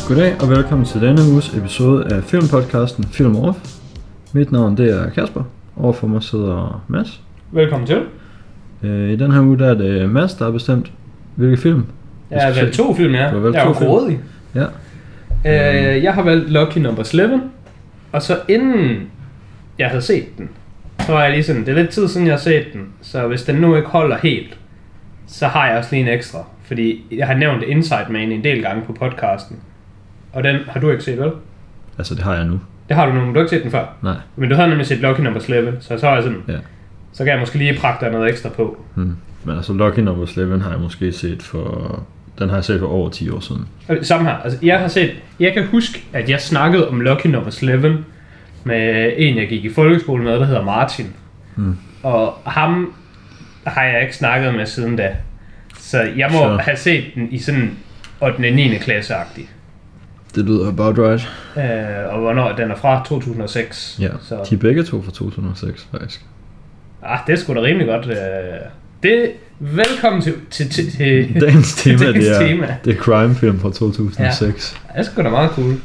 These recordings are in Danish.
Goddag og velkommen til denne uges episode af filmpodcasten Film Off. Mit navn det er Kasper, overfor mig sidder Mads. Velkommen til. I den her uge der er det Mads, der har bestemt hvilke film. Jeg har valgt 2 film, ja. Jeg er jo grådig. Ja. Jeg har valgt Lucky Number 11, og så inden jeg havde set den, så var jeg lige sådan, det er lidt tid siden jeg har set den, så hvis den nu ikke holder helt, så har jeg også lige en ekstra. Fordi jeg har nævnt Inside Man en del gange på podcasten, og den har du ikke set, vel? Altså det har jeg nu. Det har du nu, men du har ikke set den før? Nej. Men du havde nemlig set Lucky Number 11, så var jeg sådan, ja. Så kan jeg måske lige prakke dig noget ekstra på. Men altså Lucky Number 11 har jeg måske set den har jeg set for over 10 år siden. Samme her, altså jeg kan huske, at jeg snakkede om Lucky Number 11 med en, jeg gik i folkeskole med, der hedder Martin. Og ham har jeg ikke snakket med siden da. Så jeg må have set den i sådan 8. og 9. klasse-agtig. Det lyder about right. Og hvornår den er fra 2006. Ja, så. De er begge to fra 2006 faktisk. Det er sgu da rimelig godt. Velkommen til dagens tema. Det er crime-film fra 2006. Ja, det er sgu da meget cool.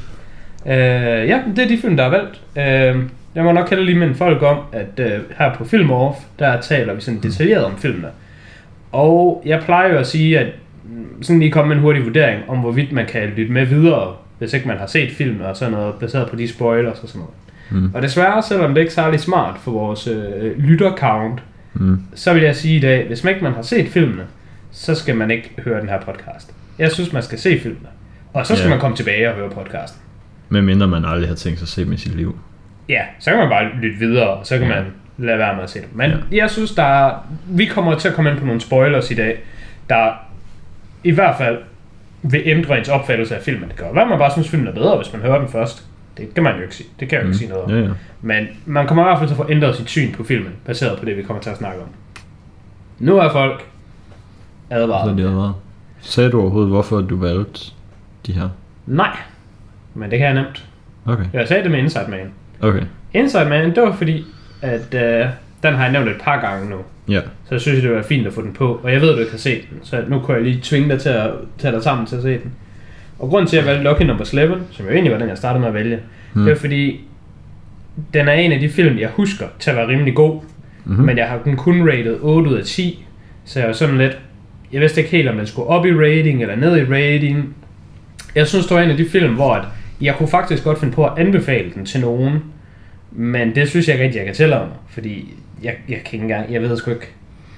Det er de film, der er valgt. Jeg må nok kalde lige minde folk om, at her på Film Off, der taler vi sådan detaljeret om filmene. Og jeg plejer jo at sige, at sådan lige komme med en hurtig vurdering om, hvorvidt man kan lytte med videre, hvis ikke man har set filmen og sådan noget, baseret på de spoilers og sådan noget. Og desværre, selvom det ikke er særlig smart for vores lyttercount, så vil jeg sige i dag, hvis man ikke har set filmene, så skal man ikke høre den her podcast. Jeg synes, man skal se filmene. Og så skal man komme tilbage og høre podcasten. Medmindre man aldrig har tænkt sig at se dem i sit liv. Ja, så kan man bare lytte videre, og så kan man lade være med at se dem. Men jeg synes, vi kommer til at komme ind på nogle spoilers i dag, der i hvert fald vil ændre ens opfattelse af filmen. Det kan være, man bare synes, filmen er bedre, hvis man hører den først. Det kan man jo ikke sige. Det kan jeg jo ikke sige noget om. Ja. Men man kommer i hvert fald til at få ændret sit syn på filmen, baseret på det, vi kommer til at snakke om. Nu er folk advaret. Sagde du overhovedet, hvorfor du valgte de her? Nej, men det kan jeg nemt. Okay. Jeg sagde det med Inside Man. Okay. Inside Man, det var fordi, at den har jeg nævnt et par gange nu. Ja. Så jeg synes, det var fint at få den på. Og jeg ved, at du ikke har set den, så nu kan jeg lige tvinge dig til at tage dig sammen til at se den. Og grunden til, at jeg valgte Lucky Number 11, som jo egentlig var den, jeg startede med at vælge, det er fordi, den er en af de film, jeg husker til at være rimelig god. Men jeg har den kun rated 8 ud af 10, så jeg var sådan lidt, jeg vidste ikke helt, om den skulle op i rating eller ned i rating. Jeg synes, det var en af de film, hvor jeg kunne faktisk godt finde på at anbefale den til nogen, men det synes jeg ikke rigtig, jeg kan tælle om, fordi jeg kan ikke engang, jeg ved sgu ikke.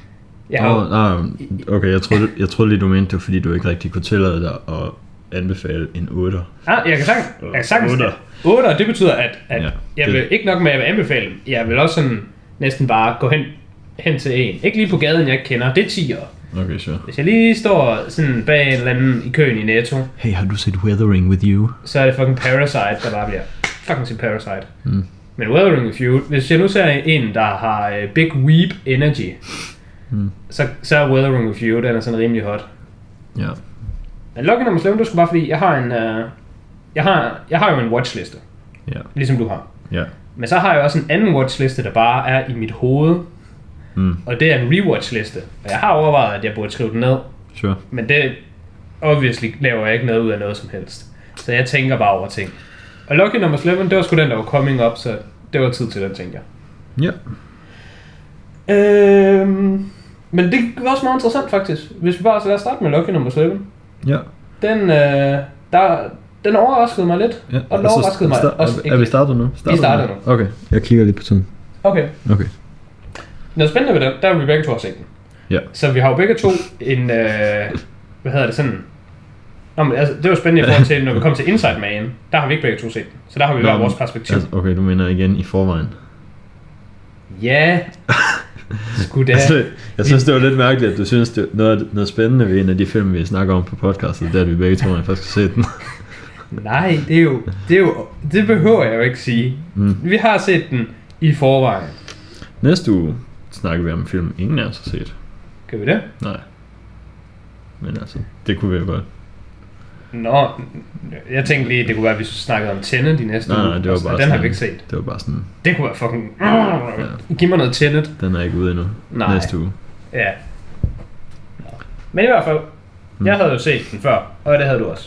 Okay, jeg troede lige, du mente det, fordi du ikke rigtig kunne tillade dig at anbefale en 8'er. Jeg kan sagtens 8'er, det betyder, at jeg vil ikke nok med, at jeg vil anbefale dem. Jeg vil også sådan næsten bare gå hen til en. Ikke lige på gaden, jeg ikke kender. Det er 10'er. Okay, sure. Hvis jeg lige står sådan bag en eller anden i køen i Netto. Hey, har du set Weathering with You? Så er det fucking Parasite, der bare bliver fucking sin Parasite. Men Weathering with You, hvis jeg nu ser en, der har Big Weep Energy, så er Weathering with You, den er sådan rimelig hot. Ja. Men Lucky Number 11, det skulle bare fordi, jeg har jo en watchliste. Ja. Ligesom du har. Ja. Men så har jeg også en anden watchliste, der bare er i mit hoved. Og det er en rewatchliste. Og jeg har overvejet, at jeg burde skrive den ned. Sure. Men det obviously laver jeg ikke noget ud af noget som helst. Så jeg tænker bare over ting. Og Lucky Number 11, det var sgu den, der var coming up, så det var tid til den, tænker jeg. Ja. Men det var også meget interessant faktisk. Hvis vi bare så lad os starte med Lucky Number 11. Ja. Den overraskede mig lidt. Ja. Og den overraskede mig også ikke. Er vi startet nu? Vi starter nu. Okay, jeg kigger lidt på tiden. Okay. Noget spændende ved den, der har vi begge to har set den. Ja. Så vi har jo begge to en, hvad hedder det sådan... Nå, men altså, det var spændende i forhold til, når vi kom til Inside Man, der har vi ikke begge to set den. Så der har vi hver vores perspektiv. Altså, okay, du mener igen i forvejen. Ja. Sgu da. Altså, jeg synes, det var lidt mærkeligt, at du synes, det noget spændende ved en af de film, vi snakker om på podcastet, der vi begge to har faktisk set den. Nej, det behøver jeg jo ikke sige. Vi har set den i forvejen. Næste uge snakker vi om en film, ingen af os har set. Kan vi det? Nej. Men altså, det kunne vi jo godt. Nå, jeg tænkte lige, det kunne være, at vi snakkede om Tenet i næste uge. Nej, det var bare den har vi ikke set. Det var bare sådan... Det kunne være fucking... Giv mig noget Tenet. Den er ikke ude endnu. Nej. Næste uge. Ja. Men i hvert fald, jeg havde jo set den før, og det havde du også.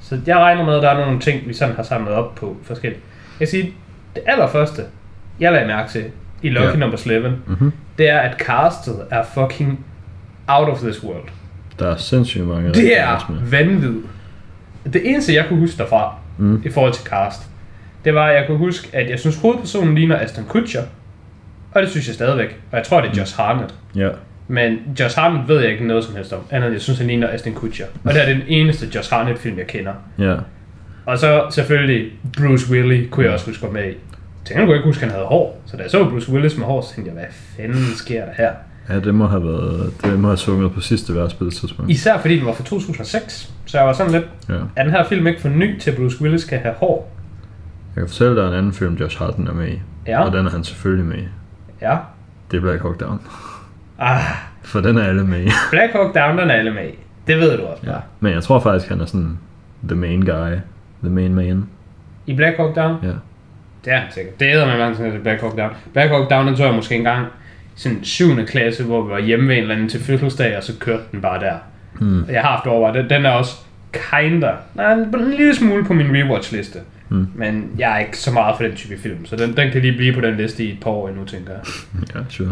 Så jeg regner med, at der er nogle ting, vi sådan har samlet op på forskelligt. Jeg siger, det allerførste, jeg lagde mærke til i Lucky Number 11, det er, at castet er fucking out of this world. Der er sindssygt mange. Det er vanvittigt. Det eneste, jeg kunne huske derfra, i forhold til cast, det var, at jeg kunne huske, at jeg synes, hovedpersonen ligner Ashton Kutcher. Og det synes jeg stadigvæk. Og jeg tror, det er Josh Hartnett. Ja. Men Josh Hartnett ved jeg ikke noget som helst om. Andet jeg synes, han ligner Ashton Kutcher. Og det er den eneste Josh Hartnett-film, jeg kender. Ja. Og så selvfølgelig Bruce Willis kunne jeg også huske med i. Til gengæld kunne jeg ikke huske, at han havde hår. Så da jeg så Bruce Willis med hår, så tænkte jeg, hvad fanden sker der her? Ja, det må have sunget på sidste vers på det tidspunkt. Især fordi den var fra 2006. Så jeg var sådan lidt, er den her film ikke for ny til, Bruce Willis skal have hår? Jeg kan fortælle dig en anden film, Josh Hartnett er med i. Ja. Og den er han selvfølgelig med i. Ja. Det er Black Hawk Down. For den er alle med i. Black Hawk Down, den er alle med i. Det ved du også bare. Ja. Men jeg tror faktisk, han er sådan the main guy. The main man. I Black Hawk Down? Ja. Det er han sikkert. Det er med mange ting til Black Hawk Down. Black Hawk Down, den tror jeg måske engang sådan 7. klasse, hvor vi var hjemme ved en eller anden til fødselsdag, og så kørte den bare der. Og jeg har haft overvejet, den er også kinda, en lille smule på min rewatch-liste. Men jeg er ikke så meget for den type film, så den kan lige blive på den liste i et par år endnu, tænker jeg. Ja, sure.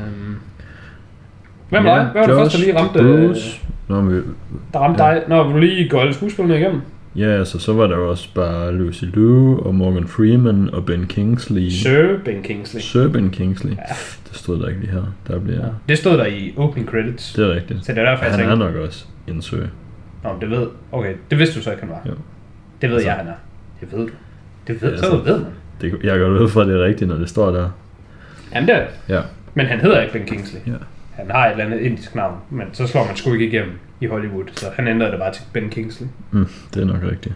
Hvem var det? Hvad var det første, der lige ramte? Bruce. Der ramte dig, når du lige går alle skuespillerne igennem? Ja, så var der jo også bare Lucy Liu og Morgan Freeman og Ben Kingsley. Sir Ben Kingsley. Sir Ben Kingsley. Ja. Det stod der ikke lige her. Der bliver... Ja. Det stod der i opening credits. Det er rigtigt. Så det er derfor, han er nok også en Sir. Nå, det ved... Okay, det vidste du så ikke, han var. Jo. Det ved altså, jeg, han er. Det ved du. Det ved, så ved man. Jeg går ud fra, at det er rigtigt, når det står der. Jamen det er det. Ja. Men han hedder ikke Ben Kingsley. Ja. Han har et eller andet indisk navn, men så slår man sgu ikke igennem i Hollywood, så han ændrede det bare til Ben Kingsley. Det er nok rigtigt.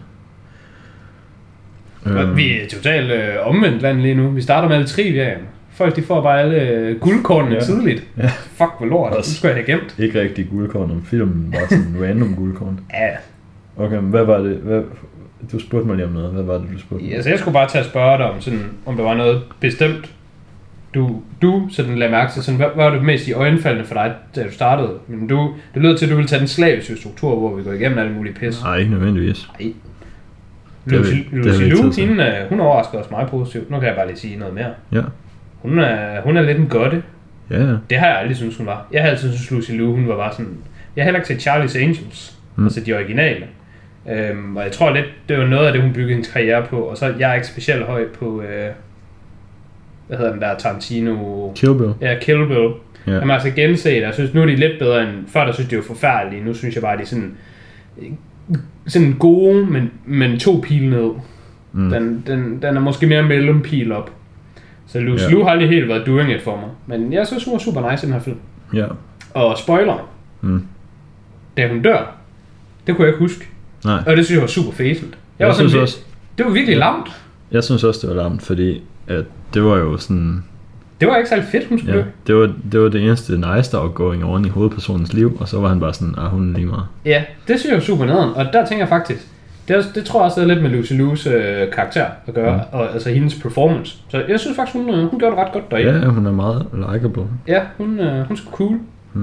Vi er totalt omvendt land lige nu. Vi starter med alle triviaen. Folk de får bare alle guldkornene tidligt. Ja. Fuck, hvor lort. Det skulle jeg have gemt. Ikke rigtig guldkorn om filmen, bare sådan random guldkorn. Ja. Okay, men hvad var det? Du spurgte mig lige om noget. Hvad var det, du spurgte mig? Ja, så jeg skulle bare tage at spørge dig om, sådan, om der var noget bestemt, du sådan lagde mærke til. Sådan, hvad var det mest i øjenfaldende for dig, da du startede? Men det lyder til, at du ville tage den slaviske struktur, hvor vi går igennem alle mulige pis. Nej, ikke nødvendigvis. Nej. Lucy Liu, hun overrasker os meget positivt. Nu kan jeg bare lige sige noget mere. Ja. Hun er lidt en godte. Ja. Det har jeg aldrig syntes, hun var. Jeg har altid syntes, Lucy Liu, hun var bare sådan... Jeg har heller ikke set Charlie's Angels, altså de originale. Og jeg tror lidt, det var noget af det, hun byggede hendes karriere på. Og så jeg er ikke specielt høj på... hvad hedder den der, Tarantino... Kill Bill. Ja, Kill Bill. Ja. Jeg må altså gense det. Jeg synes, nu er de lidt bedre end... Før der synes de var forfærdelige. Nu synes jeg bare, de er sådan gode, men 2 pile ned. Den er måske mere mellempil op. Så Lucy Liu har aldrig helt været doing it for mig. Men jeg synes, hun var super nice i den her film. Ja. Og spoiler. Da hun dør, det kunne jeg ikke huske. Nej. Og det synes jeg var super fæsent. Jeg synes også, det var virkelig lamt. Jeg synes også, det var lamt, fordi at det var jo sådan... Det var ikke særlig fedt, hun skulle dø. Det var det eneste nice, der var going on i hovedpersonens liv, og så var han bare sådan, hun er lige meget. Ja, det synes jeg var super nederen, og der tænker jeg faktisk, det tror jeg også er lidt med Lucy Lius karakter at gøre, og altså hendes performance. Så jeg synes faktisk, hun gjorde det ret godt derinde. Ja, hun er meget likeable. Ja, hun er sgu cool.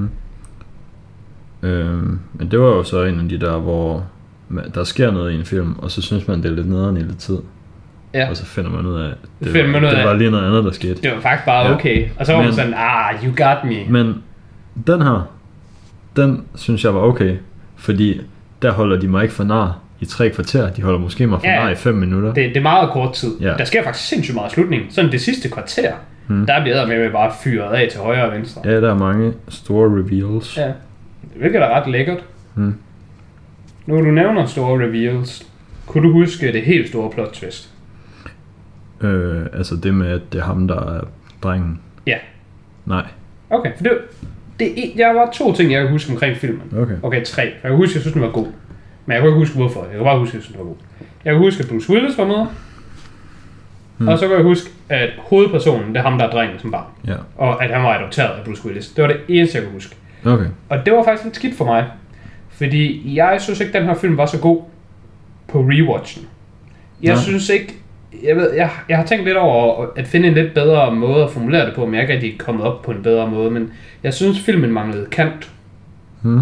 Men det var jo så en af de der, hvor der sker noget i en film, og så synes man, det er lidt nederen i lidt tid. Ja. Og så finder man ud af, det var lige noget andet, der skete. Det var faktisk bare okay. Og så var man sådan, you got me. Men den her, den synes jeg var okay, fordi der holder de mig ikke for nar i 3 kvarter. De holder måske mig for nar i 5 minutter. Det er meget kort tid. Ja. Der sker faktisk sindssygt meget i slutningen. Sådan det sidste kvarter, der bliver med bare fyret af til højre og venstre. Ja, der er mange store reveals. Ja, det virker da ret lækkert. Nu du nævner store reveals, kunne du huske det helt store plot twist? Altså det med, at det er ham, der er drengen? Ja. Nej. Okay, for jeg var 2 ting, jeg kan huske omkring filmen. Okay, 3. Jeg kan huske, jeg synes, den var god. Men jeg kan ikke huske, hvorfor. Jeg kan bare huske, jeg synes, den var god. Jeg kan huske, at Bruce Willis var med. Og så kan jeg huske, at hovedpersonen, det er ham, der er drengen som barn. Ja. Og at han var adopteret af Bruce Willis. Det var det eneste, jeg kunne huske. Okay. Og det var faktisk lidt skidt for mig. Fordi jeg synes ikke, den her film var så god på rewatchen. Jeg synes ikke... Jeg har tænkt lidt over at finde en lidt bedre måde at formulere det på, men jeg er ikke rigtig kommet op på en bedre måde, men jeg synes filmen manglede kant.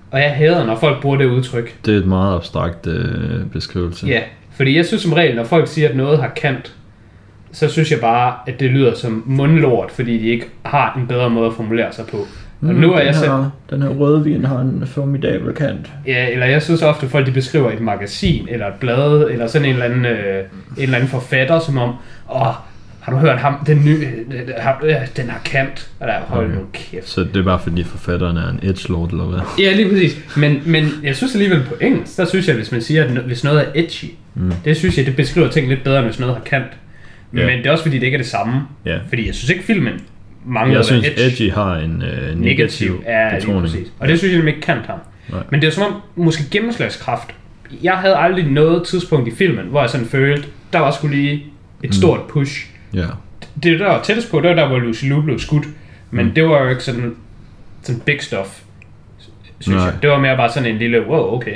Og jeg hader, når folk bruger det udtryk. Det er et meget abstrakt beskrivelse. Ja, fordi jeg synes som regel, når folk siger, at noget har kant, så synes jeg bare, at det lyder som mundlort, fordi de ikke har en bedre måde at formulere sig på. Og nu er den her rødvin har en formidabel kant. Ja, eller jeg synes ofte, at folk de beskriver et magasin, eller et blad, eller sådan en eller anden forfatter, som om, har du hørt ham, den nye, den har kant, og der hold nu kæft. Så det er bare fordi forfatteren er en edgelord, eller hvad? Ja, lige præcis. Men jeg synes alligevel på engelsk, der synes jeg, hvis man siger, at hvis noget er edgy, det synes jeg, det beskriver ting lidt bedre, end hvis noget har kant. Men det er også fordi, det ikke er det samme. Fordi jeg synes ikke, filmen mangler. Jeg synes, edgy har en negativ betoning. Og det synes jeg ikke kant har. Men det er som om, måske gennemslagskraft. Jeg havde aldrig noget tidspunkt i filmen, hvor jeg sådan følte, der var sgu lige et stort push. Det der var tættest på, det var der, hvor Lucy Liu blev skudt. Men det var jo ikke sådan big stuff, synes jeg. Det var mere bare sådan en lille, wow, okay.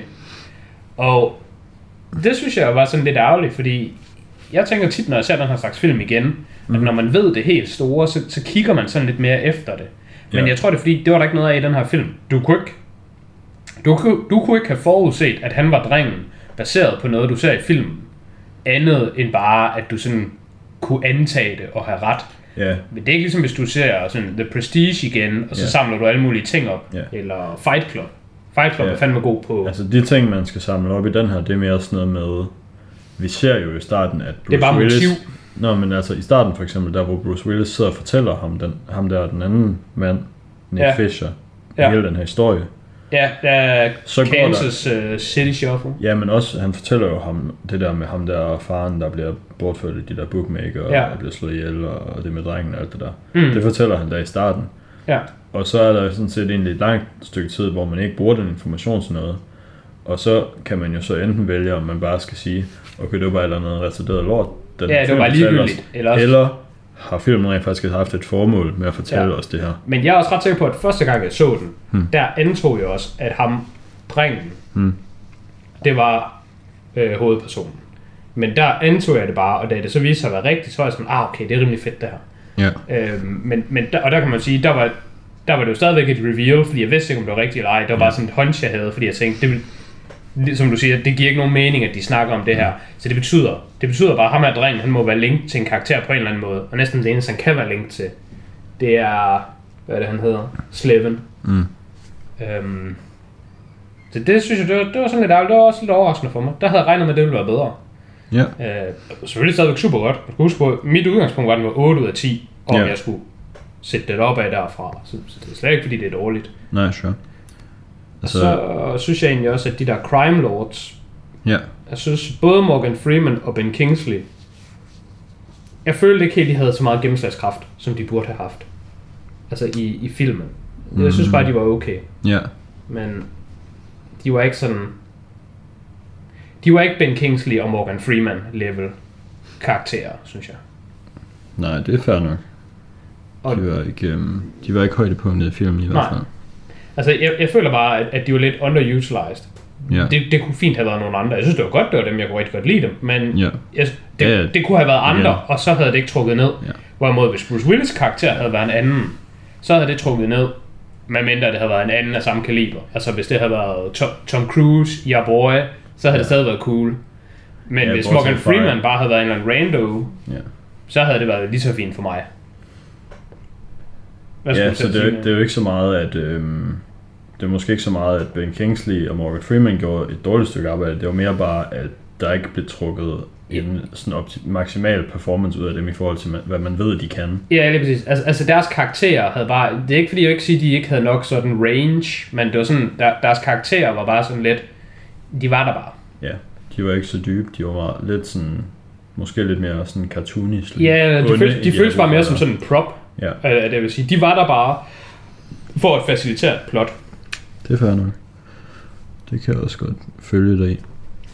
Og det synes jeg var sådan lidt ærgerligt, fordi jeg tænker tit, når jeg ser den her slags film igen, at når man ved det helt store, så kigger man sådan lidt mere efter det. Men jeg tror, det er fordi, det var der ikke noget af i den her film. Du kunne ikke have forudset, at han var drengen, baseret på noget, du ser i filmen. Andet end bare, at du sådan kunne antage det og have ret. Men det er ikke ligesom, hvis du ser sådan The Prestige igen, og så samler du alle mulige ting op. Eller Fight Club. Fight Club er fandme god på. Altså de ting, man skal samle op i den her, det er mere sådan noget med... Vi ser jo i starten, at Bruce Willis... Nå, men altså i starten for eksempel, der hvor Bruce Willis sidder og fortæller ham der, den anden mand, Nick Fisher, hele den her historie. Så Kansas City Shuffle. Ja, men også, han fortæller jo ham, det der med ham der faren, der bliver bortført i de der bookmaker, og bliver slået ihjel, og det med drengen og alt det der. Det fortæller han der i starten. Og så er der sådan set egentlig et langt stykke tid, hvor man ikke bruger den information til noget. Og så kan man jo så enten vælge, om man bare skal sige, okay, det var bare et eller andet retarderet lort. Det var bare ligegyldigt. Eller har filmen rent faktisk haft et formål med at fortælle os det her. Men jeg er også ret sikker på, at første gang jeg så den, der antog jeg også, at ham, drengen, det var hovedpersonen. Men der antog jeg det bare, og da det så viste sig at være rigtigt, så var jeg sådan, okay, det er rimelig fedt det her. Men der kan man sige, der var det jo stadigvæk et reveal, fordi jeg vidste ikke, om det var rigtigt eller ej. Det var bare sådan et hunch, jeg havde, fordi jeg tænkte, som du siger, det giver ikke nogen mening, at de snakker om det her. Så det betyder bare, at ham her drengen, han må være link til en karakter på en eller anden måde. Og næsten det eneste, han kan være link til, det er, hvad er det, han hedder? Sleven. Det synes jeg, det var sådan lidt ærligt. Det var også lidt overraskende for mig. Der havde jeg regnet med, at det ville være bedre. Selvfølgelig stadigvæk super godt. Jeg skal huske på, mit udgangspunkt var, at den var 8 ud af 10, og jeg skulle sætte det op af derfra. Så det er slet ikke, fordi det er dårligt. Nej, sure. Så synes jeg egentlig også, at de der crime lords, jeg synes både Morgan Freeman og Ben Kingsley, jeg følte ikke helt, de havde så meget gennemslagskraft, som de burde have haft. Altså i filmen. Jeg synes bare, de var okay. Men de var ikke sådan... De var ikke Ben Kingsley og Morgan Freeman level karakterer, synes jeg. Nej, det er fair nok. De var ikke højdepunktet i filmen i hvert fald. Altså, jeg føler bare, at de var lidt underutilized. Det kunne fint have været nogle andre. Jeg synes, det var godt, det var dem, jeg kunne rigtig godt lide dem. Men det kunne have været andre, og så havde det ikke trukket ned. Hvorimod, hvis Bruce Willis' karakter havde været en anden, så havde det trukket ned, medmindre det havde været en anden af samme kaliber. Altså, hvis det havde været Tom Cruise i A Boy, så havde det stadig været cool. Men hvis Morgan Freeman bare havde været en eller anden rando, så havde det været lige så fint for mig. Så det er jo ikke så meget, at det er måske ikke så meget, at Ben Kingsley og Morgan Freeman gjorde et dårligt stykke arbejde. Det var mere bare, at der ikke blev trukket en sådan maksimal performance ud af dem i forhold til, hvad man ved, de kan. Ja, lige præcis. Altså deres karakterer havde bare... Det er ikke fordi, jeg ikke siger, at de ikke havde nok sådan range, men det var sådan, deres karakterer var bare sådan lidt... De var der bare. Ja, de var ikke så dybe. De var meget, lidt sådan... Måske lidt mere sådan cartoonish. Ja, de føltes bare mere som sådan en prop. Det vil sige, de var der bare for at facilitere et plot. Det er fair nok. Det kan jeg også godt følge dig i.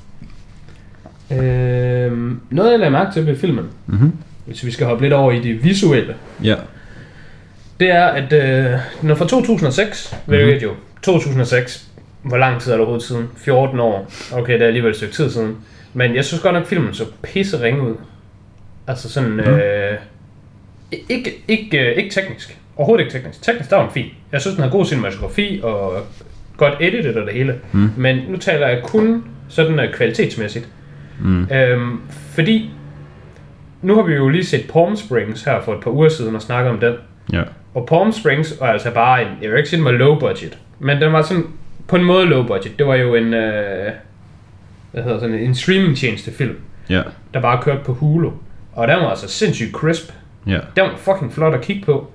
Noget jeg lagde mærke til ved filmen, hvis vi skal hoppe lidt over i det visuelle, det er, at den er fra 2006, hvilket jo 2006, hvor lang tid er det overhovedet siden? 14 år. Okay, det er alligevel et stykke tid siden. Men jeg synes godt nok, at filmen så pisse ringe ud. Altså sådan... Ikke teknisk. Overhovedet ikke teknisk. Teknisk, der var den fin. Jeg synes, den havde god cinematografi og godt edited og det hele. Men nu taler jeg kun sådan kvalitetsmæssigt. Fordi nu har vi jo lige set Palm Springs her for et par uger siden og snakket om den. Ja. Og Palm Springs var altså bare en, jeg vil ikke sige, den var low budget, men den var sådan på en måde low budget. Det var jo en, en streamingtjeneste film, der bare kørte på Hulu. Og den var altså sindssygt crisp. Den var fucking flot at kigge på.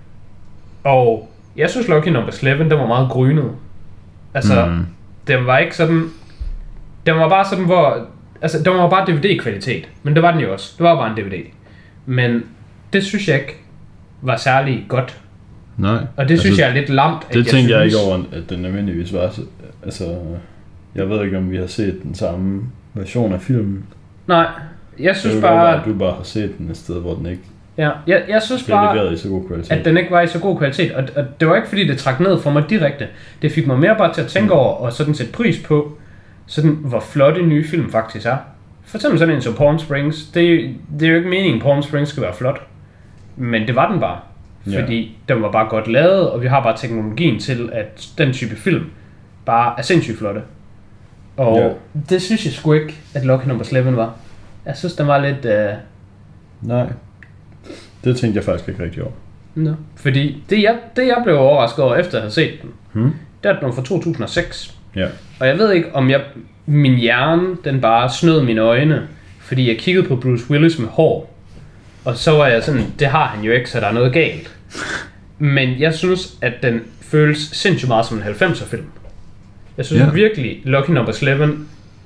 Og jeg synes Lucky Number 11, den var meget grynet. Altså, den var ikke sådan, den var bare sådan, hvor, altså, den var bare DVD-kvalitet. Men det var den jo også. Det var bare en DVD. Men det synes jeg ikke var særlig godt. Nej. Og det synes jeg er lidt lamt. Det tænkte jeg ikke over, at den almindeligvis var. Altså, jeg ved ikke, om vi har set den samme version af filmen. Nej, jeg synes bare... At du bare har set den et sted, hvor den ikke... Ja, jeg synes bare, i så god kvalitet. At den ikke var i så god kvalitet. Og det var ikke fordi, det trak ned for mig direkte. Det fik mig mere bare til at tænke over, og sådan sætte pris på, sådan, hvor flotte nye film faktisk er. For eksempel sådan en som Palm Springs. Det er jo ikke meningen, at Palm Springs skal være flot. Men det var den bare. Fordi den var bare godt lavet, og vi har bare teknologien til, at den type film bare er sindssygt flotte. Og det synes jeg sgu ikke, at Lucky Number 11 var. Jeg synes, den var lidt... Nej, det tænkte jeg faktisk ikke rigtig over. No. Fordi det jeg blev overrasket over, efter at have set den, det er den fra 2006. Ja. Og jeg ved ikke, om min hjerne, den bare snød mine øjne, fordi jeg kiggede på Bruce Willis med hår. Og så var jeg sådan, det har han jo ikke, så der er noget galt. Men jeg synes, at den føles sindssygt meget som en 90'er film. Jeg synes virkelig, Lucky Number 11,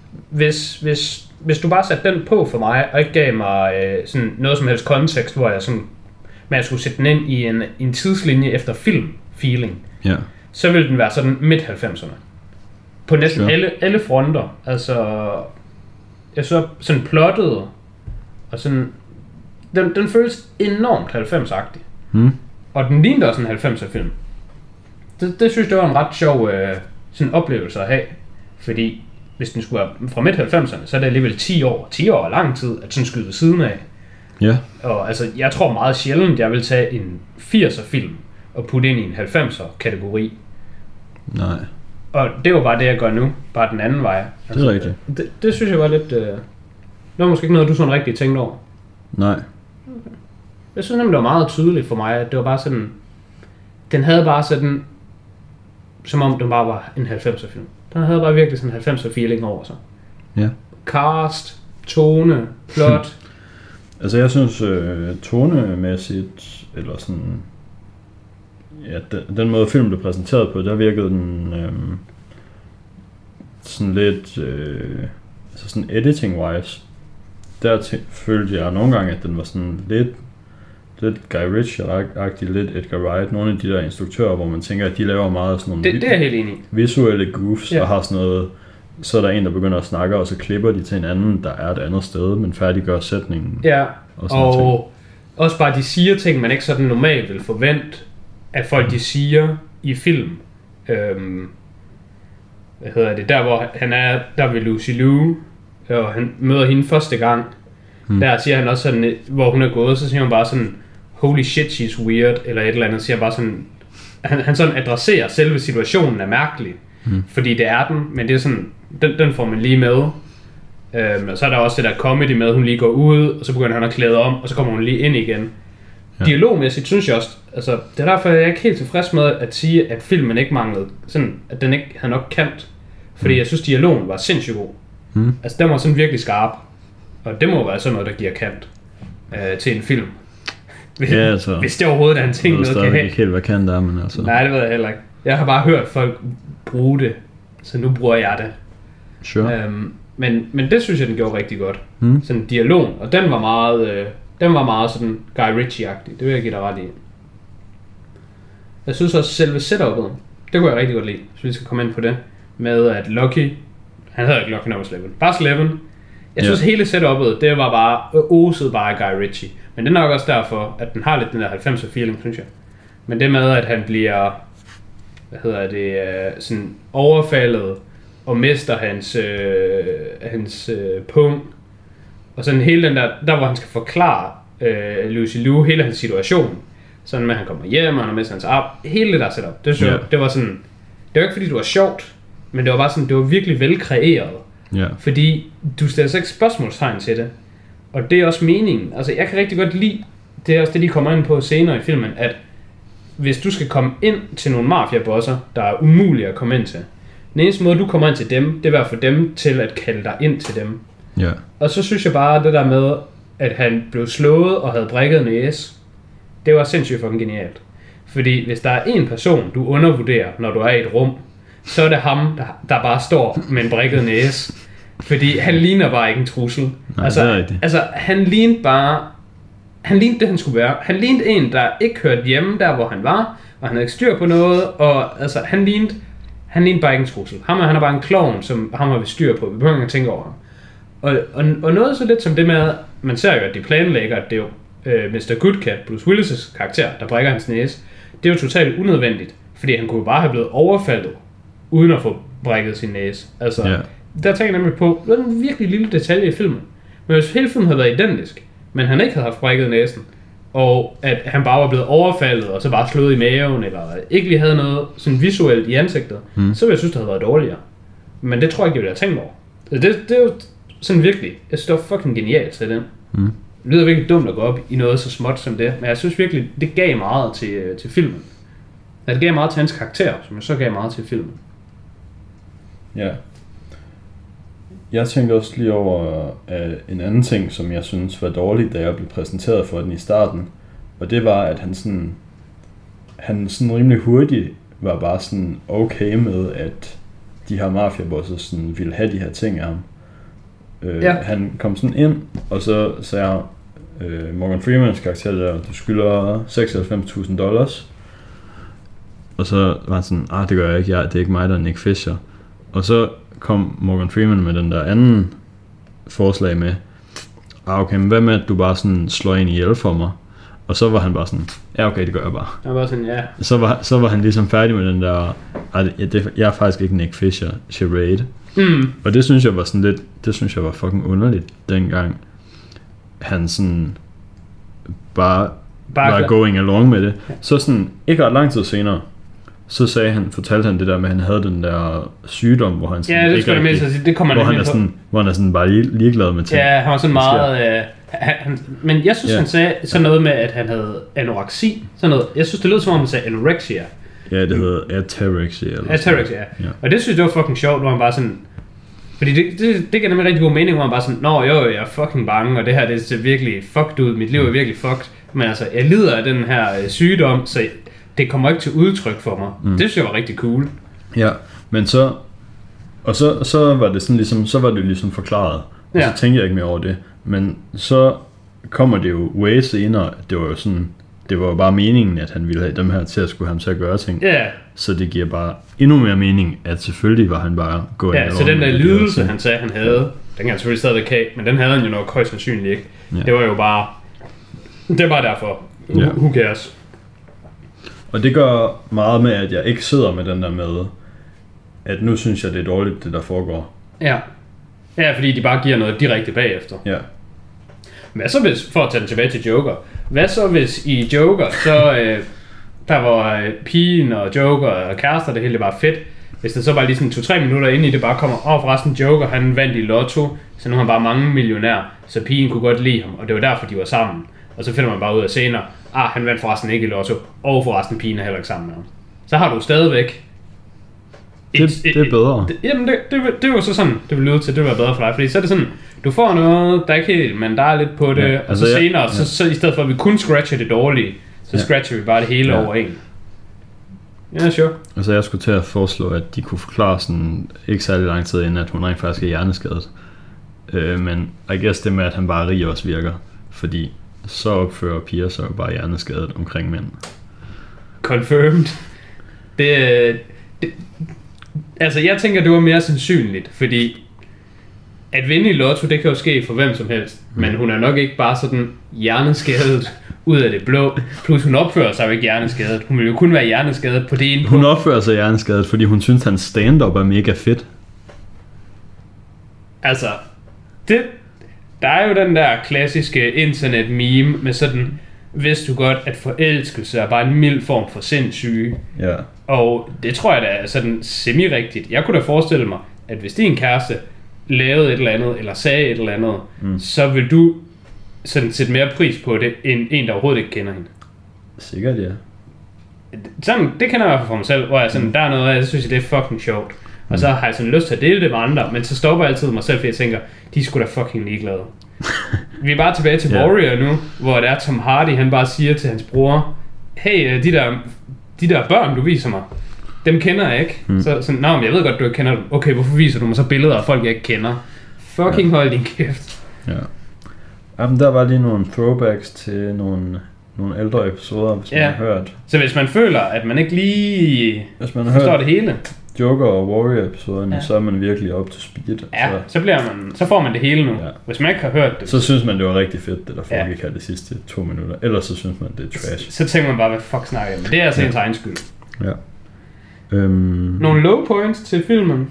hvis du bare satte den på for mig, og ikke gav mig sådan noget som helst kontekst, hvor jeg sådan, men jeg skulle sætte den ind i en tidslinje efter film-feeling, så ville den være sådan midt-90'erne. På næsten alle fronter. Altså, jeg så sådan plottet, og sådan, den føles enormt 90'agtig. Og den lignede også en 90'er film. Det synes jeg var en ret sjov sådan oplevelse at have. Fordi hvis den skulle være fra midt-90'erne, så er det alligevel 10 år. 10 år er lang tid at sådan skyde ved siden af. Ja. Og altså, jeg tror meget sjældent, jeg vil tage en 80'er film og putte ind i en 90'er kategori. Nej. Og det var bare det, jeg gør nu. Bare den anden vej. Altså, det er rigtigt. Det synes jeg var lidt... Det var måske ikke noget, du sådan rigtig tænkte over. Nej. Okay. Jeg synes nemlig, det var meget tydeligt for mig, at det var bare sådan... Den havde bare sådan... Som om den bare var en 90'er film. Den havde bare virkelig sådan en 90'er feeling over sig. Ja. Cast, tone, plot. Altså jeg synes tonemæssigt, eller sådan... Ja, den måde filmen blev præsenteret på, der virkede den sådan lidt... altså sådan editing-wise. Der følte jeg nogle gange, at den var sådan lidt Guy Ritchie-agtig, lidt Edgar Wright, nogle af de der instruktører, hvor man tænker, at de laver meget sådan nogle det er jeg helt enig i. Visuelle goofs, og har sådan noget, så er der en, der begynder at snakke, og så klipper de til en anden, der er et andet sted, men færdiggør sætningen. Ja, og også bare, de siger ting, man ikke sådan normalt vil forvente, at folk de siger i film. Der hvor han er, der ved Lucy Liu, og han møder hende første gang, der siger han også sådan, hvor hun er gået, så siger hun bare sådan, holy shit, she's weird, eller et eller andet, siger bare sådan, han sådan adresserer selve situationen er mærkelig, fordi det er den, men det er sådan, den får man lige med. Og så er der også det der comedy med, at hun lige går ud, og så begynder han at klæde om, og så kommer hun lige ind igen. Ja. Dialogmæssigt synes jeg også, altså det er derfor, jeg er ikke helt tilfreds med at sige, at filmen ikke manglede, sådan, at den ikke havde nok kant, fordi jeg synes, dialogen var sindssygt god. Altså den var sådan virkelig skarp. Og det må være sådan noget, der giver kant til en film. Hvis det overhovedet er en ting, noget kan have. Jeg ved ikke helt, hvad kant er, men altså... Nej, det ved jeg heller ikke. Jeg har bare hørt folk bruge det, så nu bruger jeg det. Sure. Men det synes jeg, den gjorde rigtig godt. Sådan en dialog, og den var meget sådan Guy Ritchie-agtig. Det vil jeg give dig ret i. Jeg synes også, selve setup'et, det kunne jeg rigtig godt lide, så vi skal komme ind på det. Med at Lucky, han hedder ikke Lucky Number 11, bare 11. Jeg synes hele setup'et, det var bare oset bare Guy Ritchie. Men det er nok også derfor, at den har lidt den der 90'er feeling, synes jeg. Men det med, at han bliver, sådan overfaldet og mister hans pung. Og sådan hele den der hvor han skal forklare Lucy Liu hele hans situation. Sådan med, at han kommer hjem, og han mister hans arm. Hele det der setup, det synes jeg, det var sådan, det var ikke fordi det var sjovt, men det var bare sådan, det var virkelig velkreeret. Ja. Fordi du stiller så ikke spørgsmålstegn til det. Og det er også meningen. Altså jeg kan rigtig godt lide, det er også det de kommer ind på senere i filmen, at hvis du skal komme ind til nogle mafiabosser, der er umulige at komme ind til, den eneste måde du kommer ind til dem, det er at få dem til at kalde dig ind til dem. Ja. Og så synes jeg bare, det der med, at han blev slået og havde brækket næse, det var sindssygt fucking genialt. Fordi hvis der er en person, du undervurderer, når du er i et rum, så er det ham, der bare står med en brækket næse. Fordi han ligner bare ikke en trussel. Nej, det er rigtigt. Altså, han lignede det, han skulle være. Han lignede en, der ikke hørte hjemme der, hvor han var, og han havde ikke styr på noget, og altså, han lignede bare ikke en trussel. Han er bare en klovn, som ham har vi styr på. Vi behøver ikke at tænke over ham. Og noget så lidt som det med, man ser jo, at de planlægger, at det er jo Mr. Goodcat, Bruce Willis' karakter, der brækker hans næse. Det er jo totalt unødvendigt, fordi han kunne jo bare have blevet overfaldet, uden at få brækket sin næse. Altså, der tænker jeg nemlig på, det er en virkelig lille detalje i filmen. Men hvis hele filmen havde været identisk, men han ikke havde haft brækket næsen, og at han bare var blevet overfaldet, og så bare slået i maven, eller ikke lige havde noget sådan visuelt i ansigtet, så ville jeg synes, det havde været dårligere. Men det tror jeg ikke, jeg ville have tænkt over. Det er jo sådan virkelig, jeg synes, det var fucking genialt til den. Det lyder virkelig dumt at gå op i noget så småt som det, men jeg synes virkelig, det gav meget til filmen. Det gav meget til hans karakter, som jeg så gav meget til filmen. Ja. Jeg tænkte også lige over en anden ting, som jeg synes var dårligt, da jeg blev præsenteret for den i starten. Og det var, at han sådan rimelig hurtigt var bare sådan okay med, at de her mafiabosser sådan ville have de her ting af ham. Han kom sådan ind, og så sagde Morgan Freemans karakter der, du skylder $96,000. Og så var han sådan, det gør jeg ikke, det er ikke mig, der er Nick Fisher. Og så kom Morgan Freeman med den der anden forslag med, okay, men hvad med, at du bare sådan slår en ihjel for mig? Og så var han bare sådan, ja okay, det gør jeg bare. Han var sådan, ja. Så var han ligesom færdig med den der, jeg er faktisk ikke Nick Fisher charade. Og det synes jeg var sådan lidt, det synes jeg var fucking underligt, dengang han sådan bare var going along med det. Så sådan, ikke ret lang tid senere, så fortalte han det der med, at han havde den der sygdom, hvor han sådan, det skulle rigtig, det kommer hvor han er sådan, hvor han er sådan bare ligeglad med ting. Ja, han var sådan meget, men jeg synes han sagde sådan noget med, at han havde anoreksi, sådan noget. Jeg synes det lød som om han sagde anorexia. Ja, det hedder atarexia. Atarexia, ja. Og det synes jeg var fucking sjovt, hvor han bare sådan, fordi det gav nemlig rigtig god mening, hvor han bare sådan, jeg er fucking bange, og det her det er virkelig fucked ud, mit liv er virkelig fucked, men altså, jeg lider af den her sygdom, så det kommer ikke til udtryk for mig. Det synes jeg var rigtig cool. Ja, men så var det sådan ligesom, så var det ligesom forklaret, og så tænkte jeg ikke mere over det, men så kommer det jo way senere, det var jo sådan, det var jo bare meningen, at han ville have dem her til at skulle have ham til at gøre ting. Ja. Så det giver bare endnu mere mening, at selvfølgelig var han bare gået. Ja, så den der lidelse, han sagde, han havde, den kan han selvfølgelig stadigvæk have, men den havde han jo nok højst sandsynligt ikke. Ja. Det var jo bare, det var derfor. Who cares? Og det gør meget med, at jeg ikke sidder med den der med, at nu synes jeg, det er dårligt, det der foregår. Ja. Ja, fordi de bare giver noget direkte bagefter. Ja. Hvad så hvis, for at tage den tilbage til Joker, hvad så hvis i Joker, så der var pigen og Joker og kærester, det hele var fedt. Hvis det så bare lige sådan 2-3 minutter inde i det bare kommer, forresten Joker, han vandt i lotto, så nu har han bare mange millionær, så pigen kunne godt lide ham, og det var derfor, de var sammen. Og så finder man bare ud af senere, han vandt forresten ikke i lotto, og forresten pigen er heller ikke sammen med ham. Så har du stadigvæk... Det er bedre. Jamen det var så sådan, det vil lyde til, det vil være bedre for dig, fordi så er det sådan, du får noget, der er ikke helt, men der er lidt på det, og så senere, så i stedet for at vi kun scratcher det dårlige, så scratcher vi bare det hele over en. Ja, sure. Altså jeg skulle til at foreslå, at de kunne forklare sådan, ikke særlig lang tid inden, at hun rent faktisk er hjerneskadet. Men I guess det med, at han bare er rig også virker, fordi så opfører piger sig jo bare hjerneskadet omkring mænd. Confirmed. Altså jeg tænker, det var mere sandsynligt, fordi at vinde i lotto, det kan jo ske for hvem som helst, men hun er nok ikke bare sådan hjerneskadet ud af det blå, plus hun opfører sig jo ikke hjerneskadet. Hun vil jo kun være hjerneskadet på det ene. Hun opfører sig hjerneskadet, fordi hun synes, hans stand-up er mega fedt. Altså, der er jo den der klassiske internet-meme med sådan, vidste du godt, at forelskelse er bare en mild form for sindssyge. Ja. Og det tror jeg da er sådan semi-rigtigt. Jeg kunne da forestille mig, at hvis din kæreste lavede et eller andet, eller sagde et eller andet, så vil du sådan sætte mere pris på det, end en, der overhovedet ikke kender hende. Sikkert, ja. Sådan, det kender jeg for mig selv, hvor jeg sådan, der er noget af, jeg synes, det er fucking sjovt. Og så har jeg sådan lyst til at dele det med andre, men så stopper jeg altid mig selv, fordi jeg tænker, de er sgu da fucking ligeglade. Vi er bare tilbage til Warrior nu, hvor det er Tom Hardy, han bare siger til hans bror, hey, de der børn, du viser mig, dem kender jeg ikke. Så sådan, men jeg ved godt, du ikke kender dem. Okay, hvorfor viser du mig så billeder af folk, jeg ikke kender? Fucking hold din kæft. Ja. Jamen, der var lige nogle throwbacks til nogle ældre episoder, hvis man har hørt. Så hvis man føler, at man ikke lige forstår det hele, Joker og Warrior-episoderne, så er man virkelig op til speed. Ja, så får man det hele nu. Ja. Hvis man ikke har hørt det, så synes man, det var rigtig fedt, det der foregik her de sidste 2 minutter. Ellers så synes man, det er trash. Så tænker man bare, hvad fuck snakker jeg med. Det er altså ens egen skyld. Ja. Nogle low points til filmen?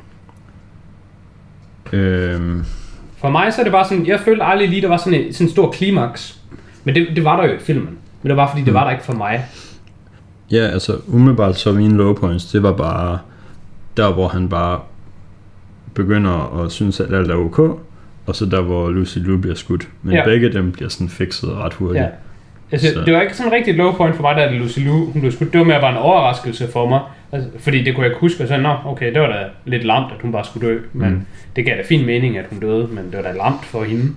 For mig så er det bare sådan, jeg følte aldrig lige, der var sådan en stor klimaks. Men det var der jo i filmen. Men det var fordi, det var der ikke for mig. Ja, altså umiddelbart så mine low points, det var bare der, hvor han bare begynder at synes, at alt er ok, og så der, hvor Lucy Liu bliver skudt. Men begge dem bliver sådan fikset ret hurtigt. Ja. Altså, det var ikke sådan en rigtig low point for mig, da Lucy Liu hun blev skudt. Det var mere bare en overraskelse for mig. Altså, fordi det kunne jeg ikke huske, og så okay, det var da lidt lamt, at hun bare skulle dø. Men det gav da fin mening, at hun døde, men det var da lamt for hende.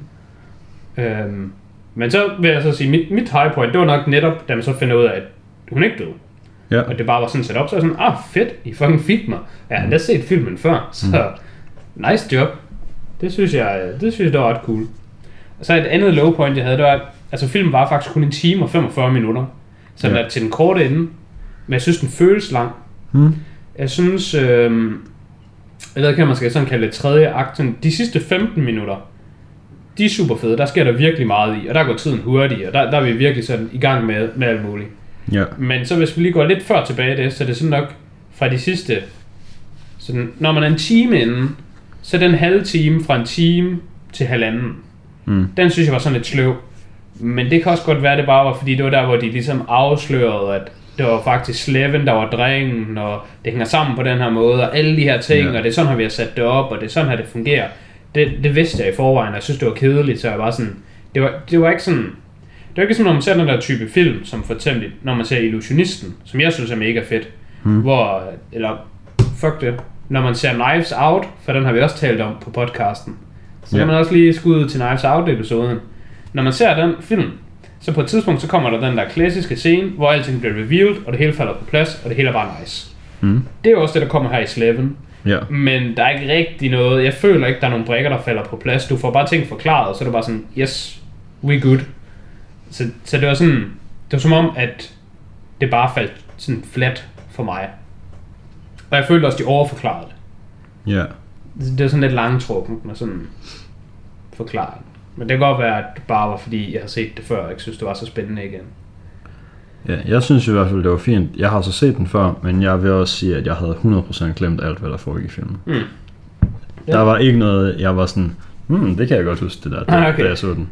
Men så vil jeg så sige, mit high point, det var nok netop, da man så finder ud af, at hun ikke døde. Ja. Og det bare var sådan sat op, så sådan, fedt, I fucking fik mig. Jeg har endda set filmen før, så nice job. Det synes jeg, det var ret cool. Og så et andet low point, jeg havde, det var, altså filmen var faktisk kun 1 time og 45 minutter. Så den er til den korte ende, men jeg synes, den føles lang. Jeg synes, jeg ved ikke, man skal sådan kalde det tredje akt, de sidste 15 minutter, de er super fede, der sker der virkelig meget i, og der går tiden hurtigt, og der er vi virkelig sådan i gang med alt muligt. Ja. Men så hvis vi lige går lidt før tilbage det, så er det sådan nok fra de sidste, sådan, når man er 1 time inden, så den halve time fra 1 time til 1,5. Den synes jeg var sådan lidt sløv. Men det kan også godt være, det bare var, fordi det var der, hvor de ligesom afslørede, at det var faktisk Slevin, der var drengen, og det hænger sammen på den her måde, og alle de her ting, og det er sådan, har vi har sat det op, og det er sådan, her det fungerer. Det vidste jeg i forvejen, og jeg synes, det var kedeligt, så jeg var sådan, det var ikke sådan, det var ikke sådan, når man ser den der type film, som for eksempel, når man ser Illusionisten, som jeg synes er mega fedt, hvor, eller, fuck det, når man ser Knives Out, for den har vi også talt om på podcasten, så kan man også lige skudde til Knives Out-episoden. Når man ser den film, så på et tidspunkt, så kommer der den der klassiske scene, hvor alting bliver revealed, og det hele falder på plads, og det hele er bare nice. Det er jo også det, der kommer her i Slevin. Men der er ikke rigtig noget, jeg føler ikke, der er nogen brikker, der falder på plads. Du får bare ting forklaret, og så er det bare sådan, yes, we good. Så det var sådan, det var som om, at det bare faldt sådan flat for mig. Og jeg følte også, de overforklarede det. Ja. Det var sådan lidt langtrukken med sådan forklaring. Men det kan godt være, at det bare var fordi, jeg har set det før, og ikke synes, det var så spændende igen. Ja, jeg synes i hvert fald, det var fint. Jeg har så set den før, men jeg vil også sige, at jeg havde 100% glemt alt, hvad der foregik i filmen. Der var ikke noget, jeg var sådan, det kan jeg godt huske, det der, da jeg så den.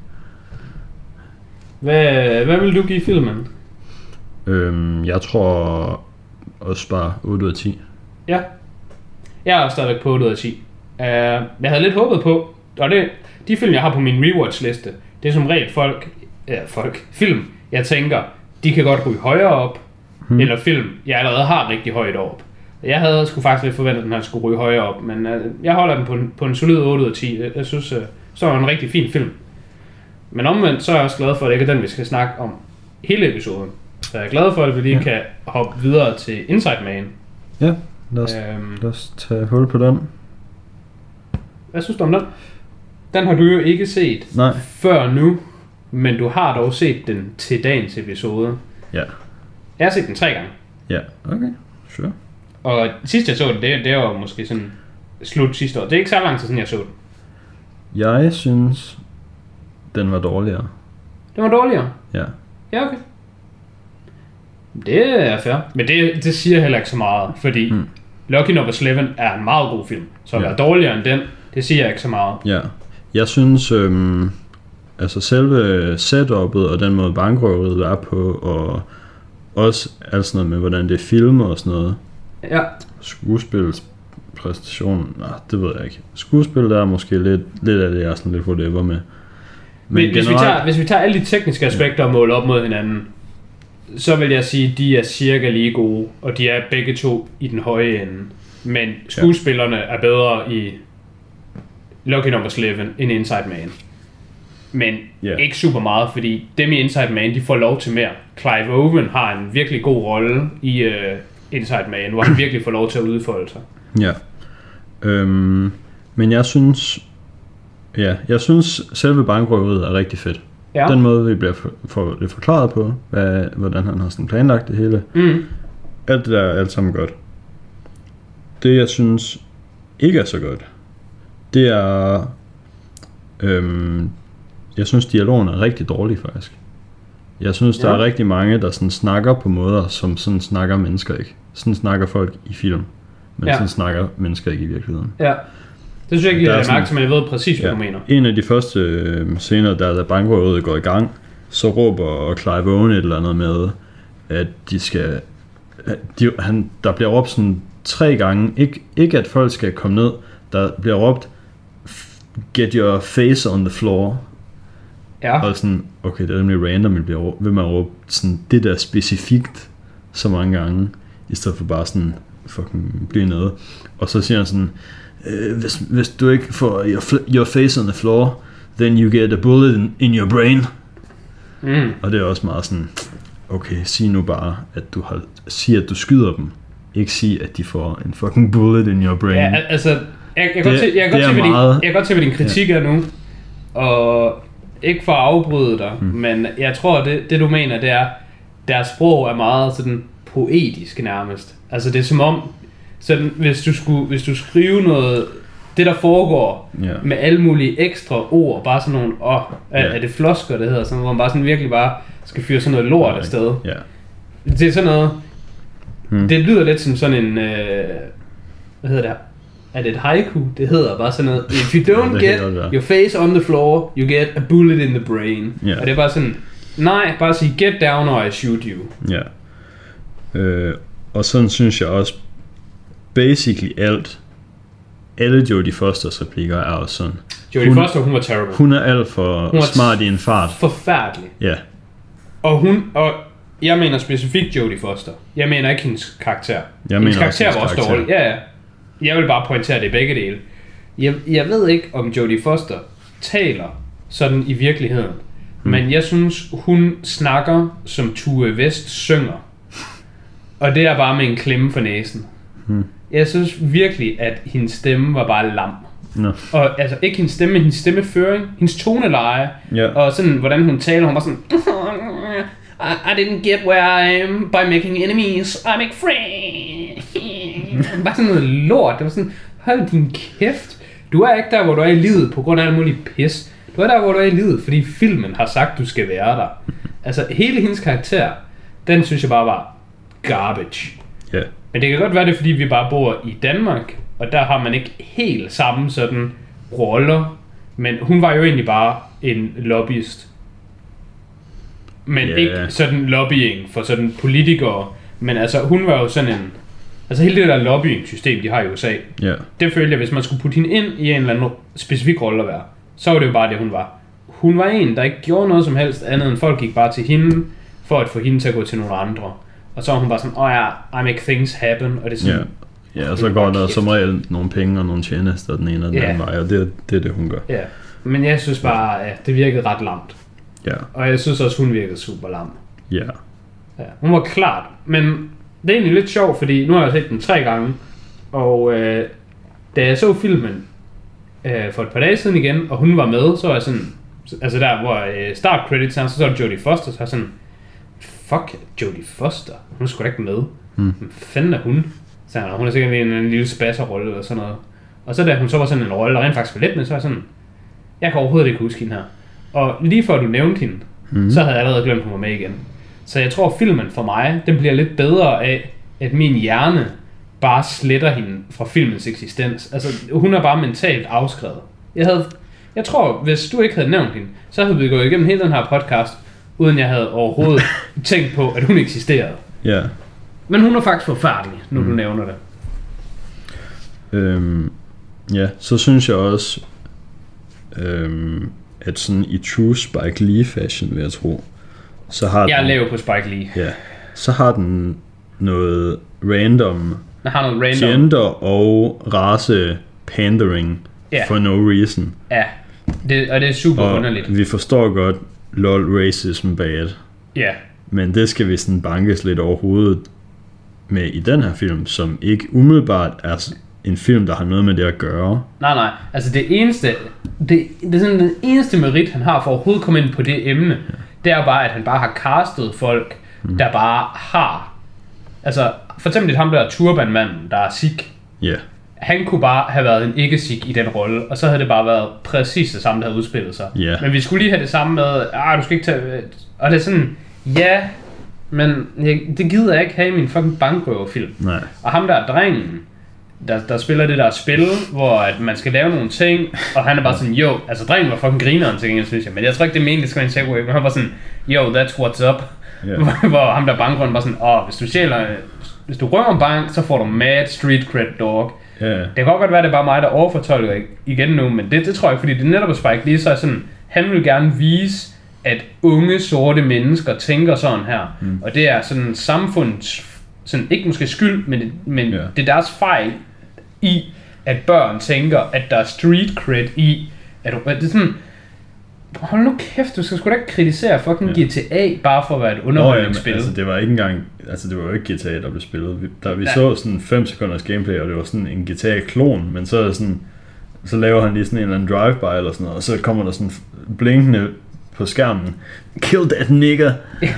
Hvad vil du give filmen? Jeg tror også bare 8 ud af 10. Ja, jeg er også stadigvæk på 8 ud af 10. Jeg havde lidt håbet på, og de film, jeg har på min rewatch-liste, det er som regel film, jeg tænker, de kan godt ryge højere op, eller film, jeg allerede har rigtig højt op. Jeg havde sgu faktisk lidt forventet, at den her skulle ryge højere op, men jeg holder den på en solid 8 ud af 10. Jeg synes, så er det en rigtig fin film. Men omvendt, så er jeg også glad for, at det ikke er den, vi skal snakke om hele episoden. Så jeg er glad for, at vi lige kan hoppe videre til Inside Man. Ja, lad os tage hul på den. Hvad synes du om den? Den har du jo ikke set før nu, men du har dog set den til dagens episode. Ja. Jeg har set den 3 gange. Ja, okay, sure. Og sidst jeg så den, det var måske sådan slut sidste år. Det er ikke så lang tid siden jeg så den. Jeg synes, den var dårligere. Den var dårligere? Ja. Ja, okay. Det er fair. Men det siger heller ikke så meget, fordi Lucky Number 11 er en meget god film. Så at være dårligere end den, det siger jeg ikke så meget. Ja. Jeg synes, altså selve setup'et og den måde bankrøveriet er på, også alt sådan noget med, hvordan det er filmet og sådan noget. Ja. Skuespilspræstationen, det ved jeg ikke. Skuespil der er måske lidt af det, jeg er sådan lidt whatever med. Men hvis vi tager alle de tekniske aspekter og måler op mod hinanden, så vil jeg sige, at de er cirka lige gode, og de er begge to i den høje ende. Men skuespillerne er bedre i Lucky Number 11 end Inside Man. Men ikke super meget, fordi dem i Inside Man, de får lov til mere. Clive Owen har en virkelig god rolle i Inside Man, hvor han virkelig får lov til at udfolde sig. Ja. Men jeg synes selve bankrøvet er rigtig fedt. Ja. Den måde, vi bliver forklaret på, hvordan han har sådan planlagt det hele. Alt det der er alt sammen godt. Det, jeg synes ikke er så godt, det er... jeg synes, dialogen er rigtig dårlig, faktisk. Jeg synes, der er rigtig mange, der sådan snakker på måder, som sådan snakker mennesker ikke. Sådan snakker folk i film, men sådan snakker mennesker ikke i virkeligheden. Ja. Det synes jeg ikke lige, at jeg mærke til, men jeg ved præcis, hvad du mener. En af de første scener, da bankrøvet går i gang, så råber Clive Owen et eller andet med, at de skal... der bliver råbt sådan 3 gange. Ikke at folk skal komme ned. Der bliver råbt, get your face on the floor. Ja. Og sådan, okay, det er nemlig random, vi bliver ved med at råbe sådan, det der specifikt så mange gange, i stedet for bare sådan, fucking blive nede. Og så siger han sådan, hvis du ikke får your face on the floor, then you get a bullet in your brain. Og det er også meget sådan, okay, sig nu bare, at sig at du skyder dem. Ikke sige, at de får en fucking bullet in your brain. Ja, altså, jeg kan godt se, hvad din kritik er nu. Og ikke for at afbryde dig, men jeg tror, det du mener, det er, deres sprog er meget sådan poetisk nærmest. Altså det er som om, sådan, hvis du skrive noget, det der foregår med alle mulige ekstra ord, bare sådan nogle, er det flosker, det hedder, sådan, hvor man bare sådan virkelig bare skal fyre sådan noget lort afsted. Det er sådan noget, det lyder lidt som sådan en, hvad hedder det? Er det et haiku? Det hedder bare sådan noget, if you don't get your face on the floor, you get a bullet in the brain. Og det er bare sådan, nej, bare sige, get down or I shoot you. Og sådan synes jeg også, basically alle Jodie Fosters replikker er også sådan. Jodie Foster, hun var terrible. Hun er alt for smart i en fart. Forfærdelig. Ja. Og jeg mener specifikt Jodie Foster. Jeg mener ikke hendes karakter. Hendes karakter var også dårlig. Ja. Jeg vil bare pointere det begge dele. Jeg ved ikke, om Jodie Foster taler sådan i virkeligheden. Men jeg synes, hun snakker, som Tue West synger. Og det er bare med en klemme for næsen. Jeg synes virkelig, at hendes stemme var bare lam. Og altså ikke hendes stemme, men hendes stemmeføring, hendes toneleje, og sådan, hvordan hun taler, hun var sådan... I didn't get where I am by making enemies. I make friends. Bare sådan noget lort. Det var sådan, hold din kæft. Du er ikke der, hvor du er i livet på grund af alt muligt pis. Du er der, hvor du er i livet, fordi filmen har sagt, du skal være der. Altså hele hendes karakter, den synes jeg bare var garbage. Men det kan godt være det, fordi vi bare bor i Danmark, og der har man ikke helt samme sådan roller. Men hun var jo egentlig bare en lobbyist. Men ikke sådan lobbying for sådan politikere. Men altså hun var jo sådan en... Altså hele det der lobbying-system, de har i USA. Det følte jeg, hvis man skulle putte hende ind i en eller anden specifik rolle at være, så var det jo bare det, hun var. Hun var en, der ikke gjorde noget som helst andet, end folk gik bare til hende, for at få hende til at gå til nogle andre. Og så var hun bare sådan, I make things happen. Og det er sådan, og så går der som regel nogle penge og nogle tjenester den ene og den anden vej, og det er det, hun gør. Men jeg synes bare, at det virkede ret lamt. Og jeg synes også, hun virkede super lam. Hun var klart. Men det er egentlig lidt sjovt, fordi nu har jeg set den 3 gange. Og da jeg så filmen for et par dage siden igen, og hun var med, så var jeg sådan... Altså der, hvor start credits er, så er det Jodie Foster, så er jeg sådan... Fuck, Jodie Foster? Hun er sgu da ikke med. Hvad fanden er hun? Så hun er sikkert en lille spasserrolle eller sådan noget. Og så da hun så var sådan en rolle, der rent faktisk var lidt med, så var jeg sådan... Jeg kan overhovedet ikke huske hende her. Og lige før du nævnte hende, så havde jeg allerede glemt, hun var med igen. Så jeg tror, filmen for mig, den bliver lidt bedre af, at min hjerne bare sletter hende fra filmens eksistens. Altså, hun er bare mentalt afskrevet. Jeg tror, hvis du ikke havde nævnt hende, så havde vi gået igennem hele den her podcast, uden jeg havde overhovedet tænkt på, at hun eksisterede. Ja. Men hun er faktisk forfærdelig, nu du nævner det. Ja, så synes jeg også, at sådan i true Spike Lee fashion, vil jeg tro, så har jeg lever på Spike Lee. Ja, så har den noget random gender og race pandering for no reason. Ja, og det er super underligt. Vi forstår godt lol racism bad. Ja. Men det skal vi sådan bankes lidt over hovedet med i den her film, som ikke umiddelbart er en film, der har noget med det at gøre. Nej, altså det er sådan den eneste merit, han har for overhovedet komme ind på det emne, det er bare, at han bare har castet folk, der bare har, altså for eksempel ham der turbanmanden, der er Sikh. Ja. Han kunne bare have været en ikke-Sikh i den rolle, og så havde det bare været præcis det samme, der havde udspillet sig. Yeah. Men vi skulle lige have det samme med, du skal ikke tage, og det er sådan, ja, men det gider jeg ikke have i min fucking bankrøverfilm. Nej. Og ham der drengen, der spiller det der spil, hvor at man skal lave nogle ting, og han er bare sådan, jo, altså drengen var fucking grineren til gengæld, synes jeg, men jeg tror ikke det mente, det skal være en segway, men han var sådan, yo, that's what's up. Yeah. Hvor ham der bankrøveren var sådan, hvis du røver en bank, så får du mad street cred dog. Yeah. Det kan godt være, det er bare mig, der overfortolker igen nu, men det tror jeg ikke, fordi det netop er Spike Lee, så er sådan, han vil gerne vise, at unge sorte mennesker tænker sådan her, og det er sådan samfundets, sådan ikke måske skyld, men det er deres fejl i, at børn tænker, at der er street cred i, at det er sådan, hold nu kæft, du skal sgu da ikke kritisere fucking GTA, bare for at være et underholdningsspil. Altså det var ikke engang, altså det var jo ikke GTA, der blev spillet. Vi så sådan 5 sekunders gameplay, og det var sådan en GTA-klon, men så er sådan, så laver han lige sådan en eller anden drive-by eller sådan noget, og så kommer der sådan blinkende på skærmen, kill that nigger.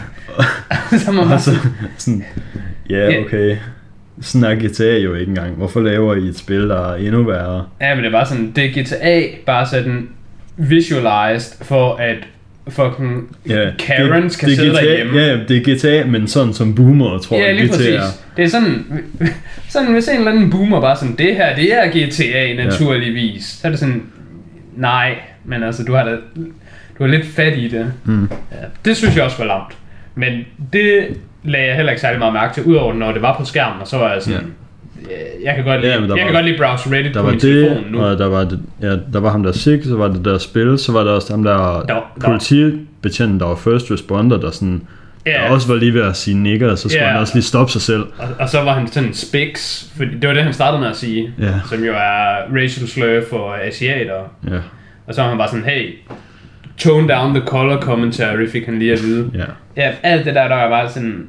Så må man sådan, okay. Sådan er GTA jo ikke engang. Hvorfor laver I et spil, der er endnu værre? Ja, men det er bare sådan, det er GTA, bare sådan visualized for at fucking Karens kan sidde derhjemme. Ja, det er GTA, men sådan som boomer, tror jeg, GTA præcis. Er. Det er sådan hvis en eller anden boomer bare sådan, det her, det er GTA naturligvis. Så er det sådan, nej, men altså, du har lidt fat i det. Ja, det synes jeg også var lamt. Men det lagde jeg heller ikke særlig meget mærke til, udover når det var på skærmen, og så var jeg sådan, jeg kan godt lide browse Reddit på min telefon nu. Og der var ham der Sikh, så var det der spil, så var der også ham der politibetjenten, der var first responder, der sådan, der også var lige ved at sige nigger, så skulle han også lige stoppe sig selv. Og så var han sådan Spix, for det var det han startede med at sige, som jo er racial slur for asiater. Og så var han bare sådan, hey, tone down the color commentary, fik han lige at vide. Ja, alt det der var bare sådan,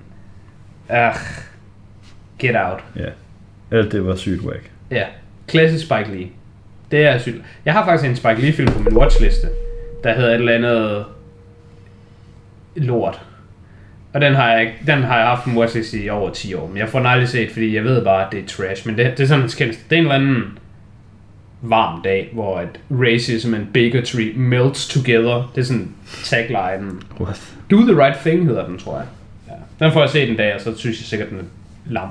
get out. Alt det var sygt whack. Ja, klassisk Spike Lee. Det er sygt. Jeg har faktisk en Spike Lee film på min watchliste, der hedder et eller andet lort. Og den har jeg haft en watchliste i over 10 år, men jeg får den aldrig set, fordi jeg ved bare, at det er trash. Men det er sådan, det er en eller anden varm dag, hvor at racism and bigotry melts together. Det er sådan tagline. Do the right thing hedder den, tror jeg. Ja. Den får jeg set en dag, og så synes jeg sikkert, den er lam.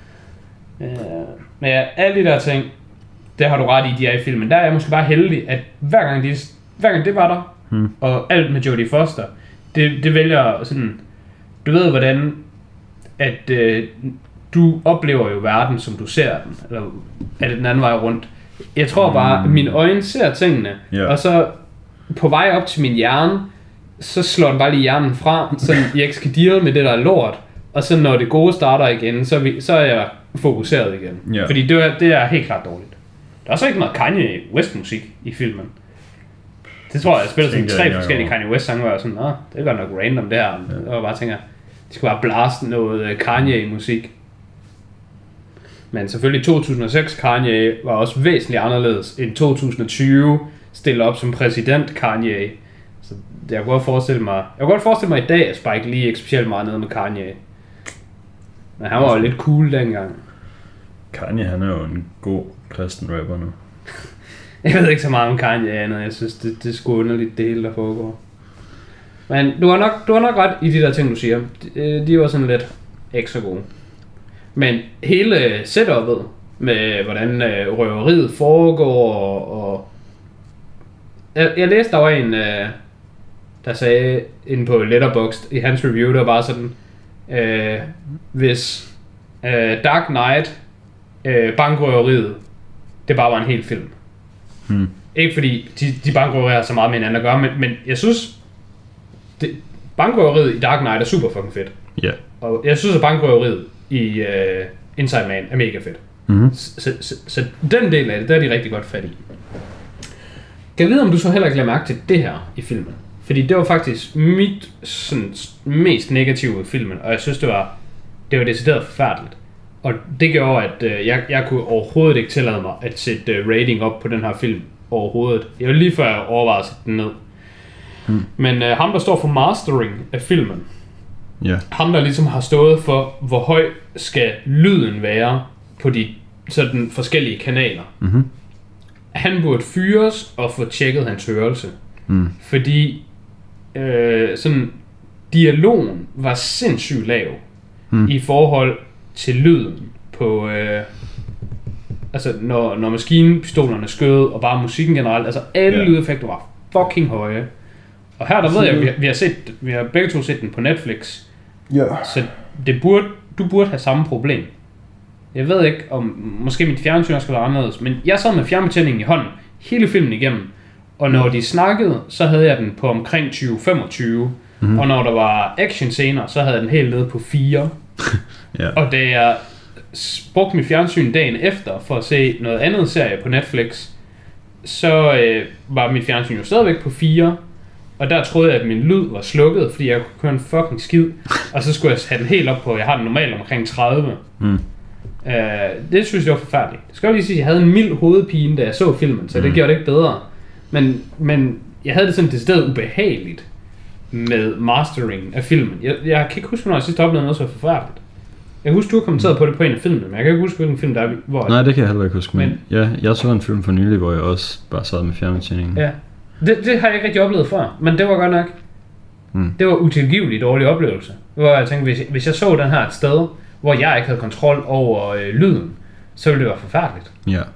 Men ja, alle de der ting, det har du ret i, de er i filmen. Der er jeg måske bare heldig, at hver gang det var der, og alt med Jodie Foster, det vælger sådan, du ved hvordan, at du oplever jo verden, som du ser den, eller er det den anden vej rundt. Jeg tror bare, at mine øjne ser tingene, og så på vej op til min hjerne, så slår den bare lige hjernen fra, så jeg ikke skal deal med det der lort, og så når det gode starter igen, så er jeg fokuseret igen. Fordi det er helt klart dårligt. Der er så ikke noget Kanye West musik i filmen. Det tror jeg spiller sådan 3 forskellige Kanye West sange, hvor jeg sådan, det er godt nok random det her. Og jeg bare tænker, de skulle bare blaste noget Kanye musik. Men selvfølgelig 2006 Kanye var også væsentligt anderledes end 2020 stillet op som præsident Kanye. Så jeg kan godt forestille mig i dag, at Spike Lee ikke specielt meget nede med Kanye. Men han var jo lidt cool dengang. Kanye, han er jo en god kristen rapper nu. Jeg ved ikke så meget om Kanye andet. Jeg synes, det er sgu underligt, det hele der foregår. Men du har nok ret i de der ting, du siger. De var sådan lidt ekstra gode. Men hele setup'et med, hvordan røveriet foregår, og jeg læste, der var en, der sagde inde på Letterboxd i hans review, der var sådan, hvis Dark Knight, bankrøveriet, det bare var en hel film. Ikke fordi de bankrøverier har så meget med hinanden at gøre, men jeg synes, bankrøveriet i Dark Knight er super fucking fedt. Yeah. Og jeg synes, at bankrøveriet i Inside Man er mega fedt. Så den del af det, der er de rigtig godt fat i. Kan jeg vide, om du så heller ikke lader mærke til det her i filmen? Fordi det var faktisk mit sådan, mest negative i filmen, og jeg synes, det var decideret forfærdeligt. Og det gjorde, at jeg kunne overhovedet ikke tillade mig at sætte rating op på den her film overhovedet. Jeg var lige før jeg overvejede at sætte den ned. Men ham, der står for mastering af filmen, ham, der ligesom har stået for, hvor høj skal lyden være på de sådan forskellige kanaler, han burde fyres og få tjekket hans hørelse. Fordi sådan dialogen var sindssygt lav i forhold til lyden på altså når maskinpistolerne skød og bare musikken generelt, altså alle lydeffekter var fucking høje. Og her der ved jeg, vi har begge to set den på Netflix. Så du burde have samme problem. Jeg ved ikke om måske mit fjernsyn skal være anderledes, men jeg sad med fjernbetjeningen i hånden hele filmen igennem. Og når de snakkede, så havde jeg den på omkring 20-25. Og når der var action scener, så havde jeg den helt nede på 4. Og da jeg brugte mit fjernsyn dagen efter for at se noget andet serie på Netflix, så var mit fjernsyn jo stadigvæk på 4. Og der troede jeg, at min lyd var slukket, fordi jeg kunne køre en fucking skid. Og så skulle jeg have den helt op på, jeg har den normalt omkring 30. Det synes jeg var forfærdeligt. Det skal jo lige sige, at jeg havde en mild hovedpine, da jeg så filmen, så det gjorde det ikke bedre. Men jeg havde det sådan decideret ubehageligt med mastering af filmen. Jeg kan ikke huske, når jeg sidst oplevede noget så forfærdeligt. Jeg husker, du har kommenteret på det på en af filmene, men jeg kan ikke huske, hvilken film der er, hvor... Nej, det kan jeg heller ikke huske, men jeg så en film for nylig, hvor jeg også bare sad med fjernbetjeningen. Ja, det har jeg ikke rigtig oplevet før, men det var godt nok... Det var utilgiveligt dårlig oplevelse. Hvor jeg tænkte, hvis jeg så den her et sted, hvor jeg ikke havde kontrol over lyden, så ville det være forfærdeligt.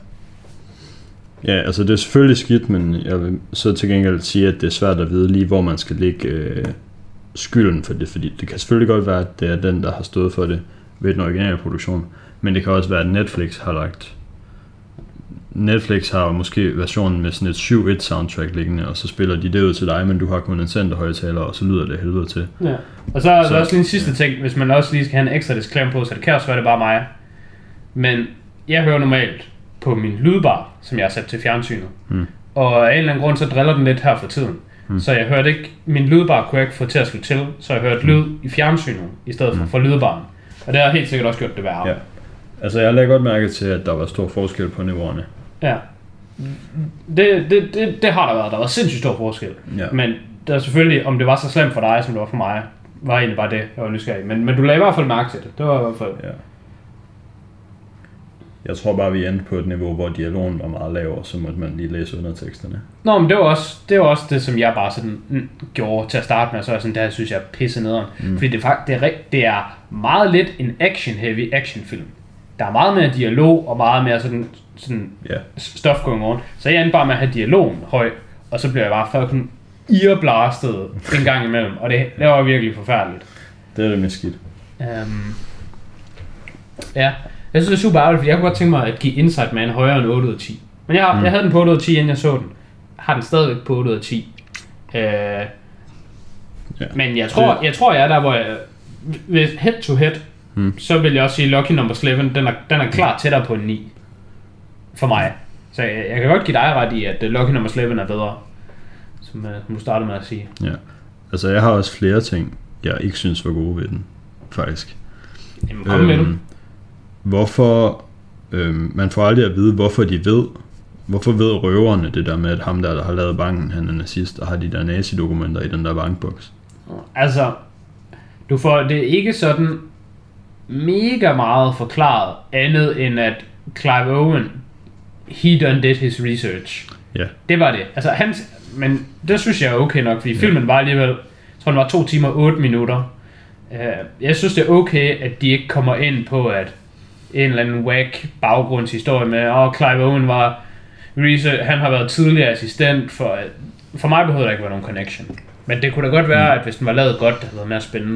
Ja, altså det er selvfølgelig skidt, men jeg vil så til gengæld sige, at det er svært at vide lige, hvor man skal lægge skylden for det, fordi det kan selvfølgelig godt være, at det er den, der har stået for det ved den originale produktion, men det kan også være, at Netflix har lagt... Netflix har måske versionen med sådan et 7-1 soundtrack liggende, og så spiller de det ud til dig, men du har kun en centerhøjtaler, og så lyder det helvede til. Ja, og så er der også lige en sidste ting, hvis man også lige skal have en ekstra disclaimer på, så det kan også være, det bare mig. Men jeg hører normalt på min lydbar, som jeg har sat til fjernsynet. Og af en eller anden grund, så driller den lidt her for tiden. Så jeg hørte ikke, min lydbar kunne jeg ikke få til at slå til, så jeg hørte lyd i fjernsynet, i stedet for lydbaren. Og det har helt sikkert også gjort det værre. Ja. Altså jeg lagde godt mærke til, at der var stor forskel på niveauerne. Ja. Det har der været. Der var sindssygt stor forskel. Ja. Men der er selvfølgelig, om det var så slemt for dig, som det var for mig, var egentlig bare det, jeg var nysgerrig. Men du lagde i hvert fald mærke til det. Det var i hvert fald... Ja. Jeg tror bare, vi endte på et niveau, hvor dialogen var meget lavere, så måtte man lige læse underteksterne. Nå, men det var også det, som jeg bare sådan gjorde til at starte med, så jeg sådan, det her synes jeg er pisse nederen. Fordi det er meget lidt en action-heavy actionfilm. Der er meget mere dialog, og meget mere sådan stuff going on. Så jeg endte bare med at have dialogen høj, og så bliver jeg bare fucking earblastet en gang imellem, og det var virkelig forfærdeligt. Det er det med skidt. Ja, jeg synes det er super ærgerligt, fordi jeg kunne godt tænke mig at give Inside Man højere end 8 ud af 10. Men jeg havde den på 8 ud af 10, inden jeg så den. Jeg har den stadigvæk på 8 ud af 10. Men jeg tror jeg er der, hvor jeg... Ved head to head, så vil jeg også sige, Lucky Number 11, den er klart tættere på en 9. For mig. Så jeg kan godt give dig ret i, at Lucky Number 11 er bedre. Som du startede med at sige. Ja. Altså jeg har også flere ting, jeg ikke synes var gode ved den. Faktisk. Jamen kom med dem. Hvorfor... man får aldrig at vide, hvorfor de ved... Hvorfor ved røverne det der med, at ham der har lavet banken, han er nazist, og har de der nazi-dokumenter i den der bankboks? Altså... Du får det ikke sådan mega meget forklaret, andet end at Clive Owen, he did his research. Ja. Yeah. Det var det. Altså men det synes jeg er okay nok, fordi filmen var alligevel, jeg tror den var 2 timer og 8 minutter. Jeg synes det er okay, at de ikke kommer ind på, at en eller anden whack baggrundshistorie med, Clive Owen var research, han har været tidligere assistent for mig behøvede der ikke være nogen connection. Men det kunne da godt være, at hvis den var lavet godt, det havde været mere spændende.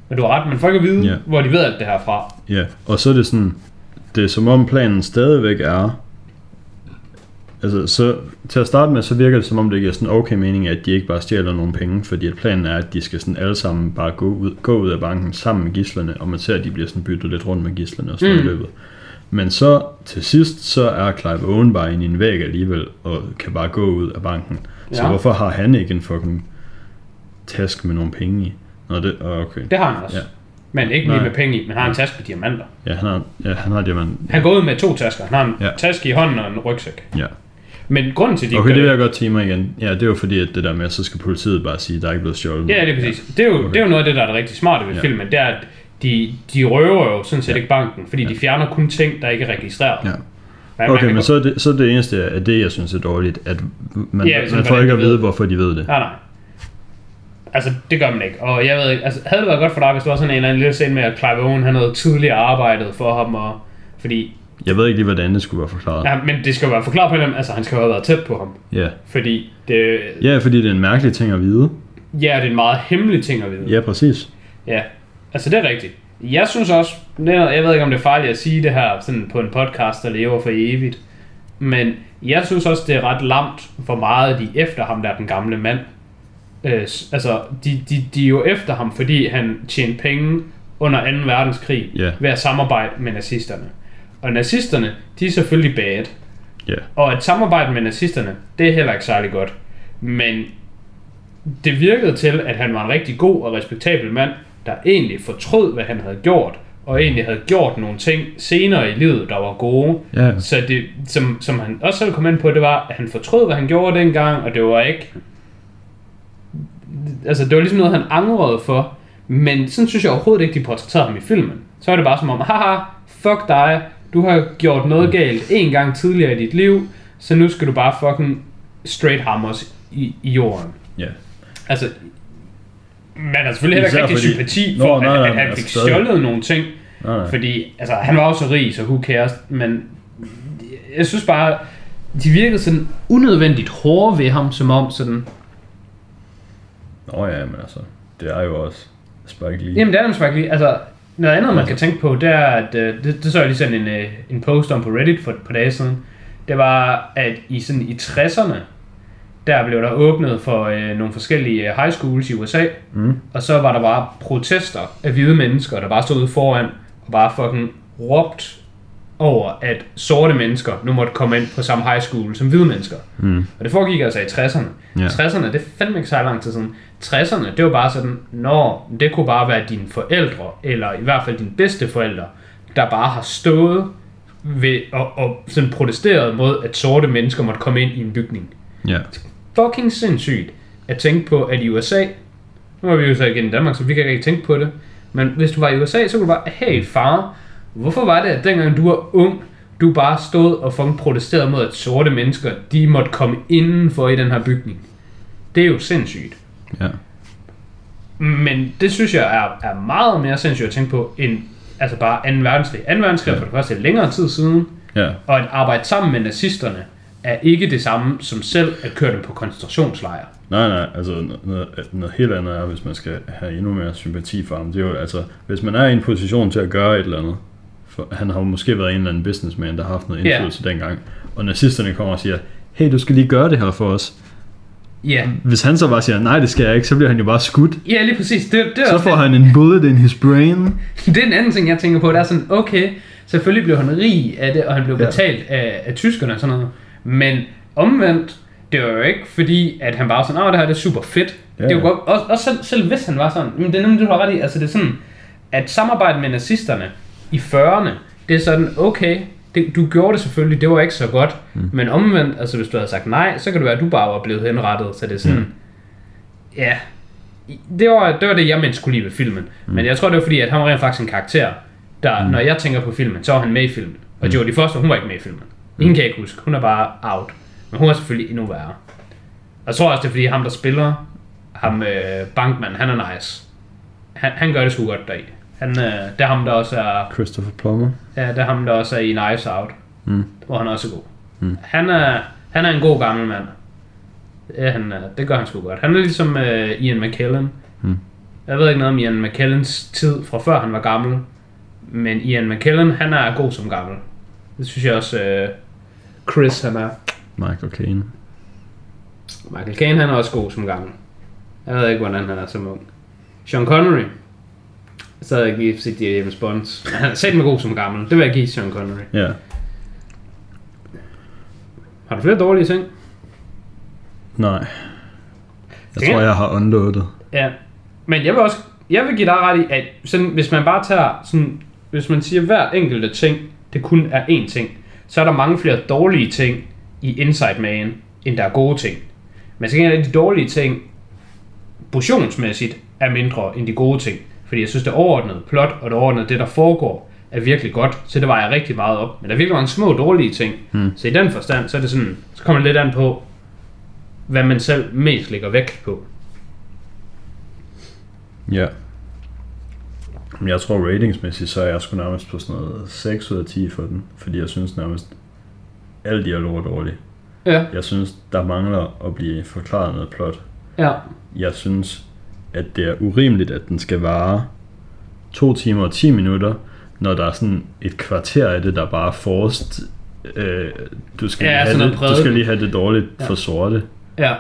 Men du har ret, men folk kan vide, hvor de ved alt det her fra. Ja, og så er det sådan, det er som om planen stadigvæk er, altså så til at starte med, så virker det som om det giver sådan okay mening, at de ikke bare stjæler nogle penge, fordi at planen er, at de skal sådan alle sammen bare gå ud af banken sammen med gidslerne, og man ser, at de bliver sådan byttet lidt rundt med gidslerne og sådan i løbet. Men så til sidst, så er Clive Owen bare inde i en væg alligevel, og kan bare gå ud af banken. Så hvorfor har han ikke en fucking task med nogle penge i? Nå, okay. Det har han også. Ja. Men ikke lige med penge i, men har en taske med diamanter. Ja, han har diamanter. Han går ud med 2 tasker. Han har en taske i hånden og en rygsæk. Ja. Men grunden til, de okay, det vil jeg godt tage mig igen. Ja, det er jo fordi, at det der med, så skal politiet bare sige, at der er ikke blevet stjålet. Ja, det er præcis. Det er jo noget af det, der er det rigtig smarte ved filmen. Det er, at de røver jo sådan set ikke banken, fordi de fjerner kun ting, der ikke er registreret. Ja. Okay, men så er det eneste af det, jeg synes er dårligt, at man får ikke at vide, hvorfor de ved det. Nej. Altså, det gør man ikke. Og jeg ved ikke, altså, havde det været godt for dig, hvis du var sådan en eller anden lille scene med, at Clive Owen, han havde tidligere arbejdet for ham, og fordi... Jeg ved ikke lige, hvordan det skulle være forklaret. Ja, men det skal jo være forklaret på dem, altså han skal jo have været tæt på ham. Ja. Fordi det... Ja, fordi det er en mærkelig ting at vide. Ja, det er en meget hemmelig ting at vide. Ja, præcis. Ja, altså det er rigtigt. Jeg synes også, jeg ved ikke om det er farligt at sige det her sådan på en podcast, der lever for evigt, men jeg synes også, det er ret lamt, hvor meget de efter ham, der er den gamle mand. Altså, de er jo efter ham, fordi han tjente penge under 2. verdenskrig ved at samarbejde med nazisterne. Og nazisterne, de er selvfølgelig bad. Og at samarbejde med nazisterne, det er heller ikke særlig godt. Men det virkede til, at han var en rigtig god og respektabel mand, der egentlig fortrød, hvad han havde gjort, og egentlig havde gjort nogle ting senere i livet, der var gode. Så det, som han også selv kom ind på, det var, at han fortrød, hvad han gjorde dengang, og det var ikke... Altså, det var ligesom noget, han angrede for, men sådan synes jeg overhovedet ikke, de portrætterede ham i filmen. Så er det bare som om, haha, fuck dig, du har gjort noget galt en gang tidligere i dit liv, så nu skal du bare fucking straight hammers i jorden. Ja. Altså, man har selvfølgelig heller ikke rigtig sympati for, at han fik stjålet nogle ting, fordi altså, han var også rig, så who cares, men jeg synes bare, de virkede sådan unødvendigt hårde ved ham, som om sådan... Nå ja, men altså, det er jo også Spike Lee. Jamen det er jo Spike Lee, altså noget andet man kan tænke på, det er, at det så jeg lige sådan en post om på Reddit for et par dage siden, det var, at i 60'erne, der blev der åbnet for nogle forskellige high schools i USA, og så var der bare protester af hvide mennesker, der bare stod ude foran, og bare fucking råbt over, at sorte mennesker nu måtte komme ind på samme high school som hvide mennesker. Og det foregik altså i 60'erne. 60'erne, det fandme ikke så lang tid siden. 60'erne, det var bare sådan, det kunne bare være dine forældre, eller i hvert fald dine bedste forældre, der bare har stået ved og sådan protesteret mod, at sorte mennesker måtte komme ind i en bygning. Fucking sindssygt at tænke på, at i USA, nu er vi jo så igen i Danmark, så vi kan ikke tænke på det, men hvis du var i USA, så kunne du bare, hey far, hvorfor var det, at dengang du var ung, du bare stod og fucking protesterede mod, at sorte mennesker, de måtte komme indenfor i den her bygning? Det er jo sindssygt. Ja. Men det synes jeg er meget mere sindssygt at tænke på, end altså bare 2. verdenskrig. 2. verdenskrig for det første længere tid siden, og at arbejde sammen med nazisterne, er ikke det samme som selv at køre dem på koncentrationslejre. Nej, altså noget helt andet er, hvis man skal have endnu mere sympati for ham. Det er jo altså, hvis man er i en position til at gøre et eller andet, for han har jo måske været en eller anden businessman, der har haft noget indflydelse dengang, og nazisterne kommer og siger, hey, du skal lige gøre det her for os. Hvis han så bare siger, nej, det skal jeg ikke, så bliver han jo bare skudt. Ja, lige præcis. Det så får han en bullet in his brain. Det er en anden ting, jeg tænker på. Det er sådan, okay, selvfølgelig blev han rig af det, og han blev betalt af tyskerne og sådan noget. Men omvendt, det var jo ikke fordi, at han bare sådan, det her det er super fedt. Det er jo godt, også selv hvis han var sådan, men det er nemlig, du har ret i, altså det er sådan, at samarbejde med nazisterne i 40'erne, det er sådan, okay, du gjorde det selvfølgelig, det var ikke så godt, men omvendt, altså hvis du havde sagt nej, så kan det være, at du bare var blevet henrettet, så det er sådan, det var det, jeg mindst kunne lide ved filmen, men jeg tror, det var fordi, at han var rent faktisk en karakter, der, når jeg tænker på filmen, så var han med i filmen, og Jodie Foster, hun var ikke med i filmen. Ingen kan jeg ikke huske. Hun er bare out. Men hun er selvfølgelig endnu værre. Og jeg tror også, det er fordi ham, der spiller, ham Bankman, han er nice. Han gør det sgu godt deri. Det er ham, der også er... Christopher Plummer. Ja, det er ham, der også er i Knives Out. Hvor han også er god. Han er en god gammel mand. Ja, det gør han sgu godt. Han er ligesom Ian McKellen. Jeg ved ikke noget om Ian McKellens tid fra før han var gammel. Men Ian McKellen, han er god som gammel. Det synes jeg også, Chris han er. Michael Caine, han er også god som gammel. Jeg ved ikke, hvordan han er som ung. Sean Connery. Så havde jeg ikke lige set de James Bonds. Han er selv med god som gammel. Det vil jeg give Sean Connery. Ja. Har du flere dårlige ting? Nej. Jeg tror, jeg har unloadet. Ja. Men jeg vil give dig ret i, at sådan, hvis man bare tager sådan, hvis man siger hver enkelte ting, det kun er én ting, så er der mange flere dårlige ting i Inside Man, end der er gode ting. Men så kan de dårlige ting, portionsmæssigt, er mindre end de gode ting. Fordi jeg synes, det overordnede plot og det overordnede det, der foregår, er virkelig godt. Så det vejer rigtig meget op. Men der er virkelig mange små dårlige ting. Så i den forstand, så er det sådan, så kommer det lidt an på, hvad man selv mest lægger vægt på. Ja. Jeg tror ratingsmæssigt, så er jeg sgu nærmest på sådan noget 6 ud af 10 for den. Fordi jeg synes nærmest, alle dialog er dårlige. Ja. Jeg synes, der mangler at blive forklaret noget plot. Ja. Jeg synes, at det er urimeligt, at den skal vare 2 timer og 10 minutter, når der er sådan et kvarter af det, der bare er forrest. Du skal lige have det dårligt for sorte. Ja.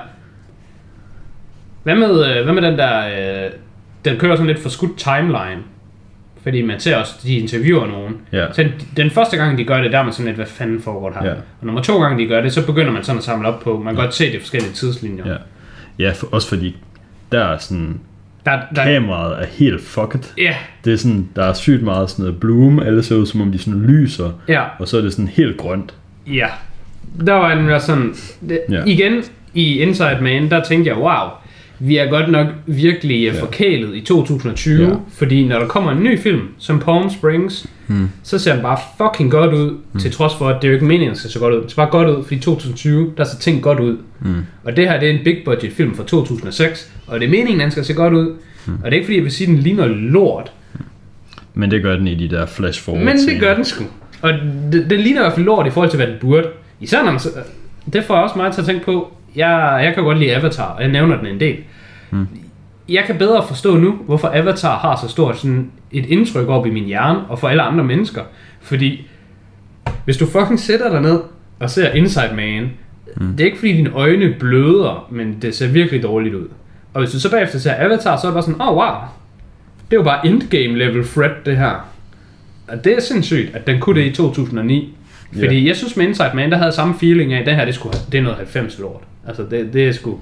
Hvad med den der... den kører sådan lidt for skudt timeline. Fordi man ser også, de interviewer nogen. Ja. Så den første gang, de gør det, der er man sådan lidt, hvad fanden foregår der her? Ja. Og nummer 2 gange, de gør det, så begynder man sådan at samle op på. Man kan godt se de forskellige tidslinjer. Ja, også fordi der er sådan... kameraet er helt fucked. Ja. Det er sådan, der er sygt meget sådan noget bloom. Alle ser ud, som om de sådan lyser. Ja. Og så er det sådan helt grønt. Ja. Der var den sådan... Igen, i Inside Man, der tænkte jeg, wow, vi er godt nok virkelig forkælet i 2020, fordi når der kommer en ny film, som Palm Springs, så ser den bare fucking godt ud, til trods for, at det er jo ikke meningen, at det ser så godt ud. Det ser bare godt ud, fordi 2020, der ser ting godt ud. Og det her, det er en big budget film fra 2006, og det er meningen, at den skal se godt ud. Og det er ikke fordi, jeg vil sige, at den ligner lort. Men det gør den i de der flash forward. Men det gør den sgu. Og det ligner i hvert fald lort i forhold til, hvad den burde. Især når man, det får også mig til at tænke på, jeg kan godt lide Avatar, og jeg nævner den en del. Jeg kan bedre forstå nu, hvorfor Avatar har så stort sådan et indtryk op i min hjerne, og for alle andre mennesker. Fordi, hvis du fucking sætter dig ned og ser Inside Man, det er ikke fordi dine øjne bløder, men det ser virkelig dårligt ud. Og hvis du så bagefter ser Avatar, så er det bare sådan, wow, det er jo bare endgame level Fred det her. Og det er sindssygt, at den kunne det i 2009. Fordi jeg synes med Inside Man, der havde samme feeling af, at det her, det er noget 90 lort. Altså det er sgu...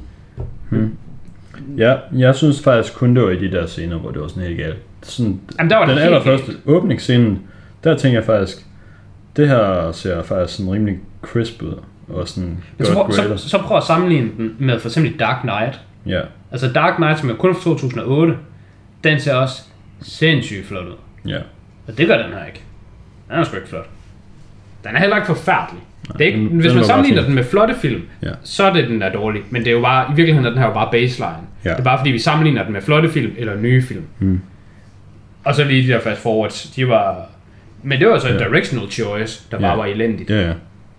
Ja, jeg synes faktisk kun det var i de der scener, hvor det var sådan helt galt. Sådan, jamen, der var den allerførste åbningsscenen, der tænker jeg faktisk, det her ser faktisk sådan rimelig crisp ud. Og sådan så prøv at sammenligne den med for eksempel Dark Knight. Ja. Altså Dark Knight, som er kun fra 2008, den ser også sindssygt flot ud. Ja. Og det gør den her ikke. Den er sgu ikke flot. Den er heller ikke forfærdelig. Det er ikke, hvis man sammenligner den med flotte film, så er det den der dårlig. Men det er jo bare, i virkeligheden er den her jo bare baseline. Ja. Det er bare fordi vi sammenligner den med flotte film eller nye film. Og så lige de der fast forwards, de var... Men det var så en directional choice, der bare var elendigt. Ja.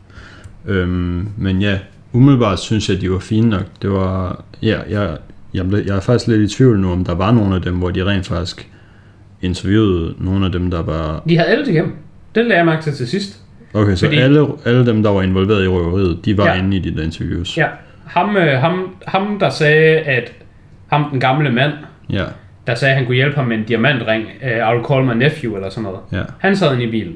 Men ja, umiddelbart synes jeg, de var fine nok. Det var... Ja, jeg er faktisk lidt i tvivl nu, om der var nogle af dem, hvor de rent faktisk interviewede nogle af dem, der var... De havde alle til hjem. Det lagde jeg mærke til sidst. Okay, så alle dem, der var involveret i røveriet, de var inde i de der interviews. Ja, ham der sagde, at ham den gamle mand, der sagde, at han kunne hjælpe ham med en diamantring, I'll call my nephew eller sådan noget. Han sad inde i bilen.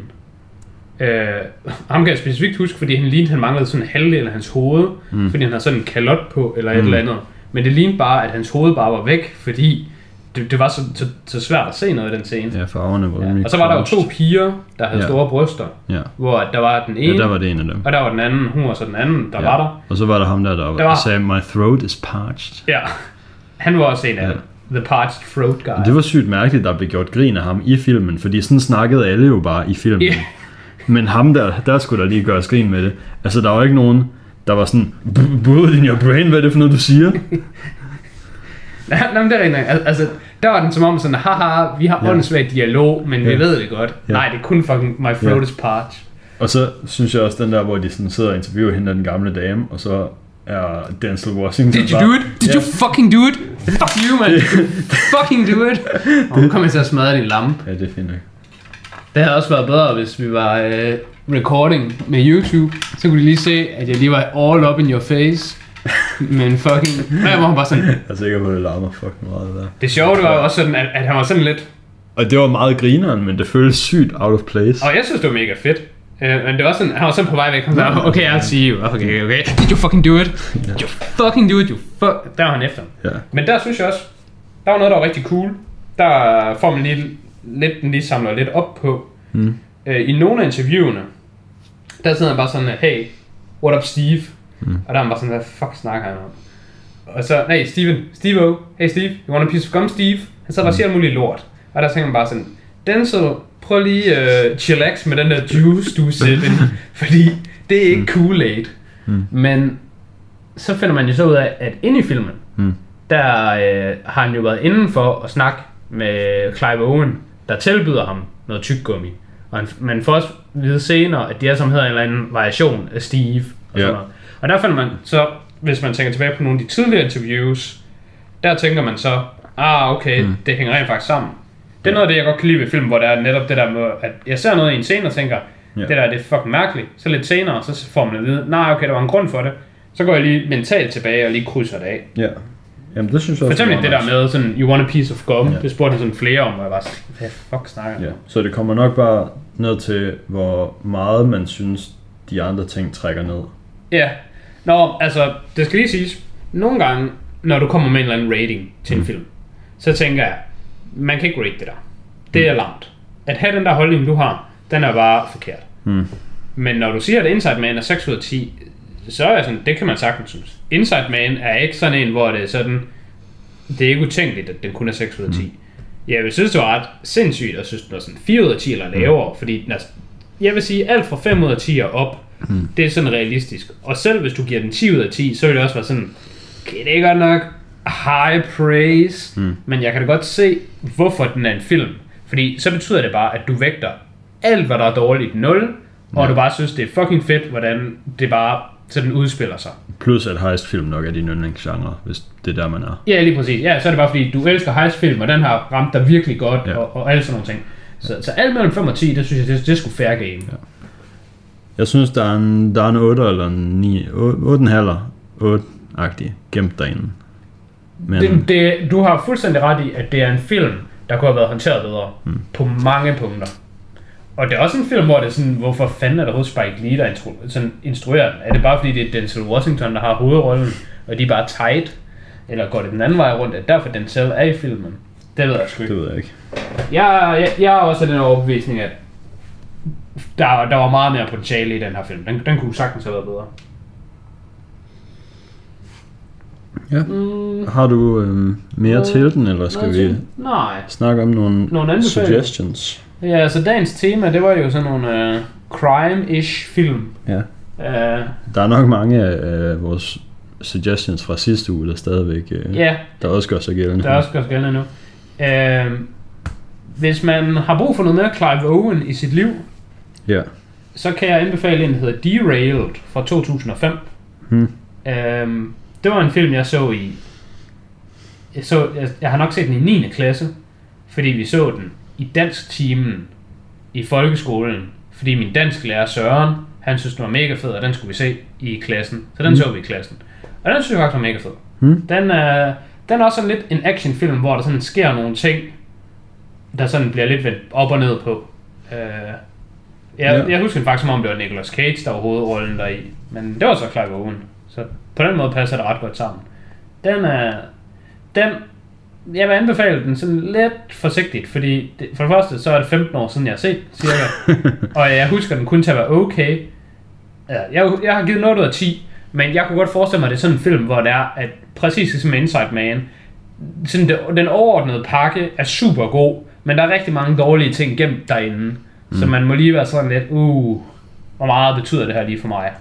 Ham kan jeg specifikt huske, fordi han manglede sådan en halvdel af hans hoved, fordi han havde sådan en kalot på eller et eller andet. Men det lignede bare, at hans hoved bare var væk, fordi det var så svært at se noget i den scene. Ja, farverne var og så var der jo 2 piger, der havde store bryster, hvor der var den ene, der var det en af dem. Og der var den anden, hun var så den anden, der var der. Og så var der ham der sagde, my throat is parched. Ja, han var også en af dem. The parched throat guy. Det var sygt mærkeligt, der blev gjort grin af ham i filmen, fordi sådan snakkede alle jo bare i filmen. Men ham der skulle der lige gøres grin med det. Altså, der var ikke nogen, der var sådan, blood in your brain, hvad er det for noget, du siger? Nej, men det er rigtig. Altså, der var den som om sådan, haha, vi har åndssvagt dialog, men vi ved det godt. Nej, det er kun fucking my throat is parched. Og så synes jeg også den der, hvor de sådan sidder og interviewer hende den gamle dame, og så er Denzel Washington. Did you do it? Did you fucking do it? Fuck you, man. Fucking do it. Nu kommer jeg til at smadre din lampe. Ja, det er fint nok. Det havde også været bedre, hvis vi var recording med YouTube. Så kunne de lige se, at jeg lige var all up in your face. Men fucking... Jeg var bare sådan... Jeg er sikker på, at det larmer fucking meget der. Det sjove, det var jo også sådan, at han var sådan lidt... Og det var meget grineren, men det føltes sygt out of place. Og jeg synes, det var mega fedt. Men det var sådan, han var sådan på vej væk. Han sagde, okay, I'll see you. Okay. Did you fucking do it? Did you fucking do it? Der var han efter. Ja. Men der synes jeg også, der var noget, der var rigtig cool. Der får man lige samler lidt op på. I nogle af interviewene, der sidder han bare sådan, hey, what up Steve? Og der er han bare sådan, hvad fuck snakker han om? Og så, nej, Steve-O, hey Steve, you want a piece of gum, Steve? Han så bare siger alt muligt lort. Og der tænker man bare sådan, Denzel, prøv lige chillax med den der juice, du sætter ind, fordi det er ikke Kool-Aid. Men så finder man jo så ud af, at inde i filmen, der har han jo været inden for at snakke med Clive Owen, der tilbyder ham noget tyggegummi. Og man får også vide senere, at de alle sammen hedder en eller anden variation af Steve og sådan noget. Og der finder man så, hvis man tænker tilbage på nogle af de tidligere interviews, der tænker man så, okay, det hænger rent faktisk sammen. Det er noget af det, jeg godt kan lide ved film, hvor der er netop det der med, at jeg ser noget i en scene og tænker, det der det er fucking mærkeligt. Så lidt senere, så får man at vide, okay, der var en grund for det. Så går jeg lige mentalt tilbage og lige krydser det af. Ja. Jamen det synes jeg også. For eksempel det der med sådan, you want a piece of gum, det spurgte han sådan flere om, og jeg var sådan, hvad fuck snakker jeg om? Så det kommer nok bare ned til, hvor meget man synes, de andre ting trækker ned. Ja. Altså, det skal lige siges, nogle gange, når du kommer med en eller anden rating til en film, så tænker jeg, man kan ikke rate det der. Det er langt. At have den der holdning, du har, den er bare forkert. Men når du siger, at Inside Man er 6 ud af 10, så er jeg sådan, det kan man sagtens synes. Inside Man er ikke sådan en, hvor det er sådan, det er ikke utænkeligt, at den kun er 6 ud af 10. Jeg vil synes, det var ret sindssygt, og synes, det var sådan 4 ud af 10 eller lavere, fordi jeg vil sige, alt fra 5 ud af 10 og op, det er sådan realistisk. Og selv hvis du giver den 10 ud af 10, så vil det også være sådan, okay, det er godt nok high praise, men jeg kan da godt se, hvorfor den er en film. Fordi så betyder det bare, at du vægter alt, hvad der er dårligt 0, og du bare synes, det er fucking fedt, hvordan det bare sådan udspiller sig. Plus at heistfilm nok er din yndlingsgenre, hvis det er der, man er. Ja, lige præcis. Ja, så er det bare fordi, du elsker heistfilm, og den har ramt dig virkelig godt, og alle sådan nogle ting. Så alt mellem 5 og 10, det synes jeg, det er sgu fair game. Ja. Jeg synes, der er en 8 eller en 9, 8,5-agtig gemt derinde. Men du har fuldstændig ret i, at det er en film, der kunne have været håndteret bedre på mange punkter. Og det er også en film, hvor det er sådan, hvorfor fanden er der hos Spike Lee, der instruerer den? Er det bare fordi, det er Denzel Washington, der har hovedrollen, og de er bare tight? Eller går det den anden vej rundt, at derfor Denzel er i filmen? Det ved jeg sgu ikke. Det ved jeg ikke. Jeg har også den overbevisning, at der var meget mere potentiale i den her film. Den kunne sagtens have været bedre. Ja. Har du mere til den, eller skal vi snakke om nogle suggestions? Ja, altså dagens tema, det var jo sådan nogle crime-ish film. Ja. Der er nok mange af vores suggestions fra sidste uge, der stadigvæk der også gør sig gældende. Der også gør sig gældende nu. Hvis man har brug for noget mere Clive Owen i sit liv, så kan jeg anbefale en, der hedder Derailed fra 2005. Det var en film, jeg så i... Jeg har nok set den i 9. klasse, fordi vi så den i dansktimen i folkeskolen, fordi min dansklærer Søren, han synes den var mega fed, og den skulle vi se i klassen. Så den så vi i klassen. Og den synes jeg faktisk var mega fed. Den er også sådan lidt en actionfilm, hvor der sådan sker nogle ting, der sådan bliver lidt vendt op og ned på. Jeg husker faktisk, som om det var Nicolas Cage, der var hovedrollen deri. Men det var så Clive Owen. Så på den måde passer det ret godt sammen. Jeg vil anbefale den sådan lidt forsigtigt, fordi for det første, så er det 15 år siden, jeg har set, cirka. Og jeg husker den kun til at være okay. Jeg har givet noget ud af 10, men jeg kunne godt forestille mig, at det er sådan en film, hvor det er, at præcis som Inside Man, sådan den overordnede pakke er super god, men der er rigtig mange dårlige ting gemt derinde. Så man må lige være sådan lidt, hvor meget betyder det her lige for mig?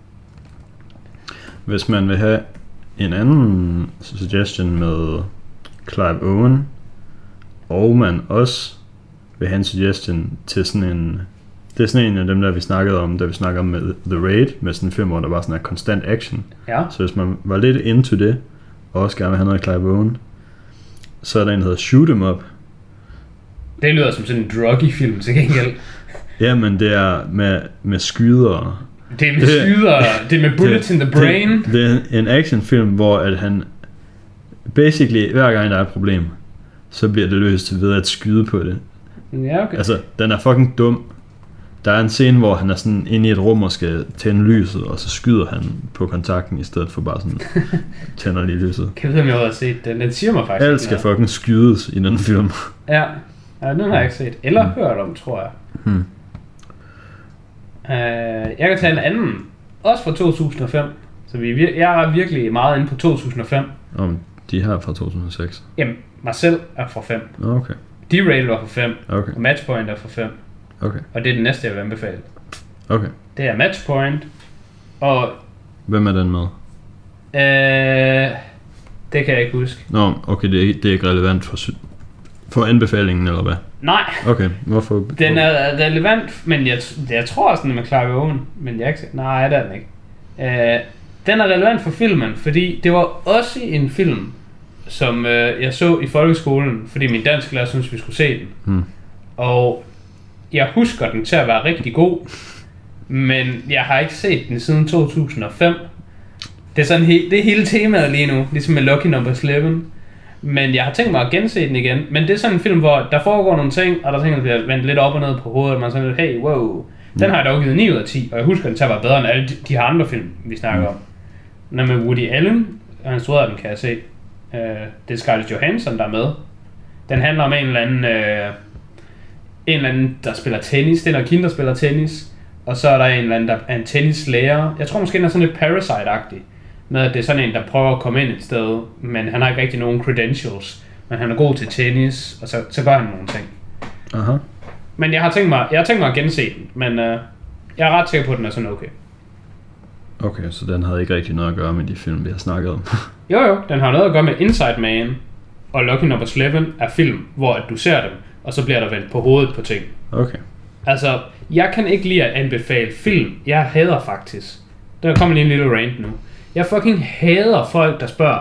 Hvis man vil have en anden suggestion med Clive Owen, og man også vil have en suggestion til sådan Det er sådan en af dem, der vi snakkede om, da vi snakkede om med The Raid, med sådan en film, hvor der var sådan en konstant action. Ja. Så hvis man var lidt into det, og også gerne vil have noget af Clive Owen, så er der en, der hedder Shoot 'em Up. Det lyder som sådan en druggy-film til gengæld. Ja, men det er med skydere. Det er med skydere, det er med bullets in the brain. Det er en actionfilm, hvor at han basically, hver gang der er et problem, så bliver det løst ved at skyde på det. Ja, okay. Altså, den er fucking dum. Der er en scene, hvor han er sådan inde i et rum og skal tænde lyset, og så skyder han på kontakten, i stedet for bare sådan, tænder lige lyset. Kan jeg vide, om jeg har set den? Den siger mig faktisk. Alt skal fucking skydes i den film. Ja, den har jeg ikke set. Eller hørt om, tror jeg. Jeg kan tage en anden, også fra 2005. Så jeg er virkelig meget inde på 2005. De her fra 2006? Jamen, mig selv er fra 5. Okay. D-Rail var fra 5. Okay. Og Matchpoint er fra 5. Okay. Og det er den næste, jeg vil anbefale. Okay. Det er Matchpoint. Og hvem er den med? Det kan jeg ikke huske. Nå, okay, det er ikke relevant for anbefalingen, eller hvad? Nej. Okay, hvorfor? Den er relevant, men jeg tror også, den er med Clive Owen, men jeg ikke. Nej, det er den ikke. Den er relevant for filmen, fordi det var også en film, som jeg så i folkeskolen, fordi min dansklærer synes vi skulle se den. Og jeg husker den til at være rigtig god, men jeg har ikke set den siden 2005. Det er sådan det er hele temaet lige nu, ligesom med Lucky Number 11. Men jeg har tænkt mig at gense den igen. Men det er sådan en film, hvor der foregår nogle ting, og der ting, der bliver vendt lidt op og ned på hovedet, og man er sådan lidt, hey, wow. Den har jeg dog givet 9 ud af 10, og jeg husker den til at være bedre end alle de her andre film, vi snakker om. Den er med Woody Allen, og han instruerede den, kan jeg se. Det er Scarlett Johansson, der er med. Den handler om en eller anden, der spiller tennis. Det er noget kind, der spiller tennis. Og så er der en eller anden, der er en tennislærer. Jeg tror måske, den er sådan lidt Parasite-agtig. Med at det er sådan en, der prøver at komme ind et sted, men han har ikke rigtig nogen credentials. Men han er god til tennis, og så gør han nogle ting. Aha. Men jeg har tænkt mig at gense den, men jeg er ret sikker på, at den er sådan okay. Okay, så den havde ikke rigtig noget at gøre med de film, vi har snakket om. Jo, den har noget at gøre med Inside Man og Lucky Number 11 er film, hvor at du ser dem, og så bliver der vendt på hovedet på ting. Okay. Altså, jeg kan ikke lide at anbefale film. Jeg hader faktisk. Der kommer lige en lille rant nu. Jeg fucking hader folk, der spørger,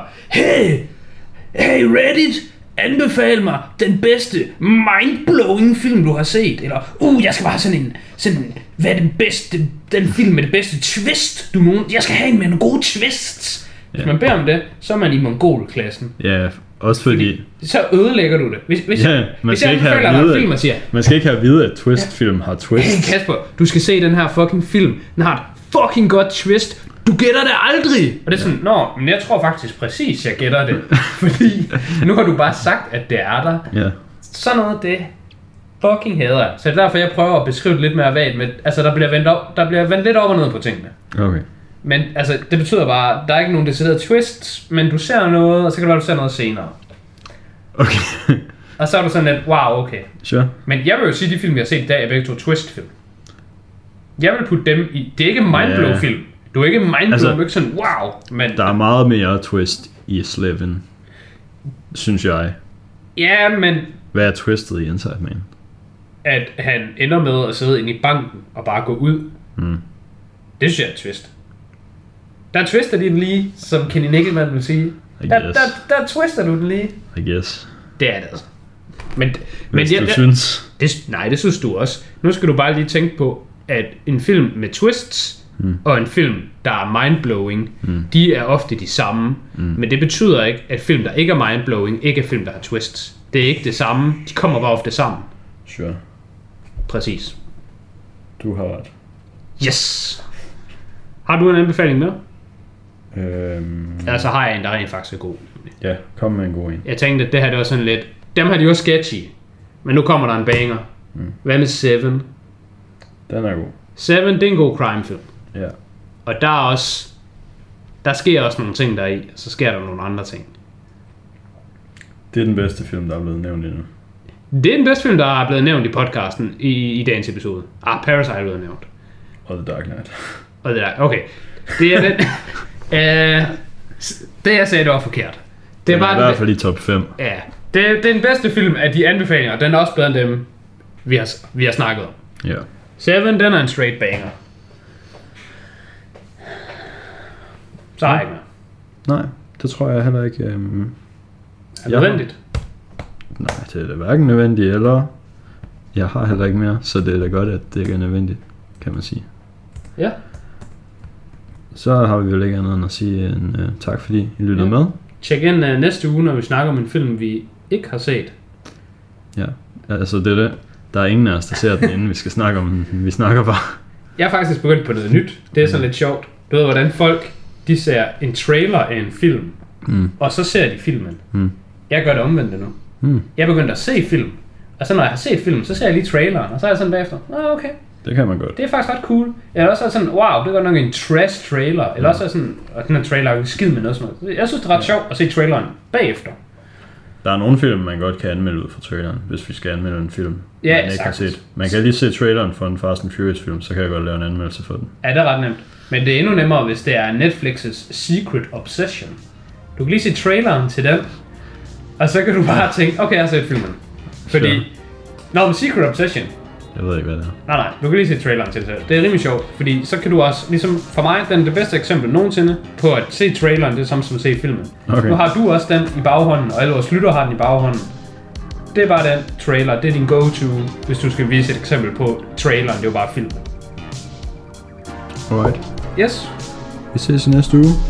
hey Reddit, anbefal mig den bedste mindblowing film, du har set. Eller, jeg skal bare have sådan en, hvad er den film med det bedste twist, jeg skal have en med nogle gode twists. Hvis man beder om det, så er man i mongolklassen. Ja, også fordi så ødelægger du det. Hvis jeg anbefaler dig en film og siger, man skal ikke have at vide, at twistfilm har twist. Hey Kasper, du skal se den her fucking film. Den har et fucking godt twist. Du gætter det aldrig! Og det er sådan, men jeg tror faktisk præcis, jeg gætter det. Fordi nu har du bare sagt, at det er der. Ja. Sådan noget, det fucking hader jeg. Så det er derfor, jeg prøver at beskrive det lidt mere vagt med, altså der bliver vendt lidt op og ned på tingene. Okay. Men altså, det betyder bare, der er ikke nogen decideret twist, men du ser noget, og så kan det være, du ser noget senere. Okay. Og så er du sådan lidt, wow, okay. Sure. Men jeg vil jo sige, at de film, jeg har set i dag, er begge to twist-film. Jeg vil putte dem i, det er ikke mindblow-film. Du er ikke mindblow, du er ikke sådan, wow. Men der er meget mere twist i Slevin, synes jeg. Ja, men hvad er twistet i Inside Man? At han ender med at sidde inde i banken og bare gå ud. Det synes jeg er et twist. Der twister de den lige, som Kenny Nickelman vil sige. Der twister du den lige. I guess. Det er det altså. Men du synes? Nej, det synes du også. Nu skal du bare lige tænke på, at en film med twists og en film, der er mindblowing, de er ofte de samme. Men det betyder ikke, at film, der ikke er mindblowing, ikke er film, der har twists. Det er ikke det samme. De kommer bare ofte sammen. Sure. Præcis. Du har ret. Yes! Har du en anbefaling med? Altså har jeg en, der rent faktisk er god. Ja, kom med en god en. Jeg tænkte, at det her det var sådan lidt, dem har de jo sketchy, men nu kommer der en banger. Hvad med Seven? Den er god. Seven, det er en god crime-film. Ja. Og der sker også nogle ting der i, og så sker der nogle andre ting. Det er den bedste film, der er blevet nævnt endnu. Det er den bedste film, der er blevet nævnt i podcasten i dagens episode. Parasite er blevet nævnt. Og The Dark Knight. Okay. Det er den. Det jeg sagde, det var forkert. Det er i hvert fald i top 5. Ja. Det er den bedste film af de anbefalinger. Den er også bedre end dem, vi har snakket om. Ja. Seven, den er en straight banger. Så har jeg ikke mere. Nej, det tror jeg heller ikke. Er det nødvendigt? Nej, det er da hverken nødvendigt, eller jeg har heller ikke mere, så det er da godt, at det ikke er nødvendigt, kan man sige. Ja. Så har vi jo ikke andet end at sige en tak, fordi I lyttede med. Tjek ind næste uge, når vi snakker om en film, vi ikke har set. Ja, altså det er det. Der er ingen af os, der ser den, inden vi skal snakke om den. Vi snakker bare. Jeg er faktisk begyndt på noget nyt. Det er sådan lidt sjovt. Du ved, hvordan folk, de ser en trailer af en film, og så ser de filmen. Jeg gør det omvendt nu. Jeg begyndte at se film, og så når jeg har set filmen, så ser jeg lige traileren, og så er jeg sådan bagefter, okay. Det kan man godt. Det er faktisk ret cool. Eller også er sådan, wow, det er godt nok en trash trailer. Eller også er sådan, og den her trailer er jo skid med noget sådan noget. Jeg synes, det er ret sjovt at se traileren bagefter. Der er nogle film, man godt kan anmelde ud fra traileren, hvis vi skal anmelde en film, man ikke har set. Man kan lige se traileren for en Fast and Furious film, så kan jeg godt lave en anmeldelse for den. Ja, det er ret nemt. Men det er endnu nemmere, hvis det er Netflix's Secret Obsession. Du kan lige se traileren til den, og så kan du bare tænke, okay, jeg har set filmen. Fordi, med Secret Obsession, jeg ved ikke, hvad det er. Nej, du kan lige se traileren til det. Det er rimelig sjovt, fordi så kan du også, ligesom for mig, den er det bedste eksempel nogensinde på at se traileren, det er samme som at se filmen. Okay. Nu har du også den i baghånden, og alle vores lytter har den i baghånden. Det er bare den trailer, det er din go-to, hvis du skal vise et eksempel på traileren, det er jo bare filmen. Alright. Yes. Vi ses i næste uge.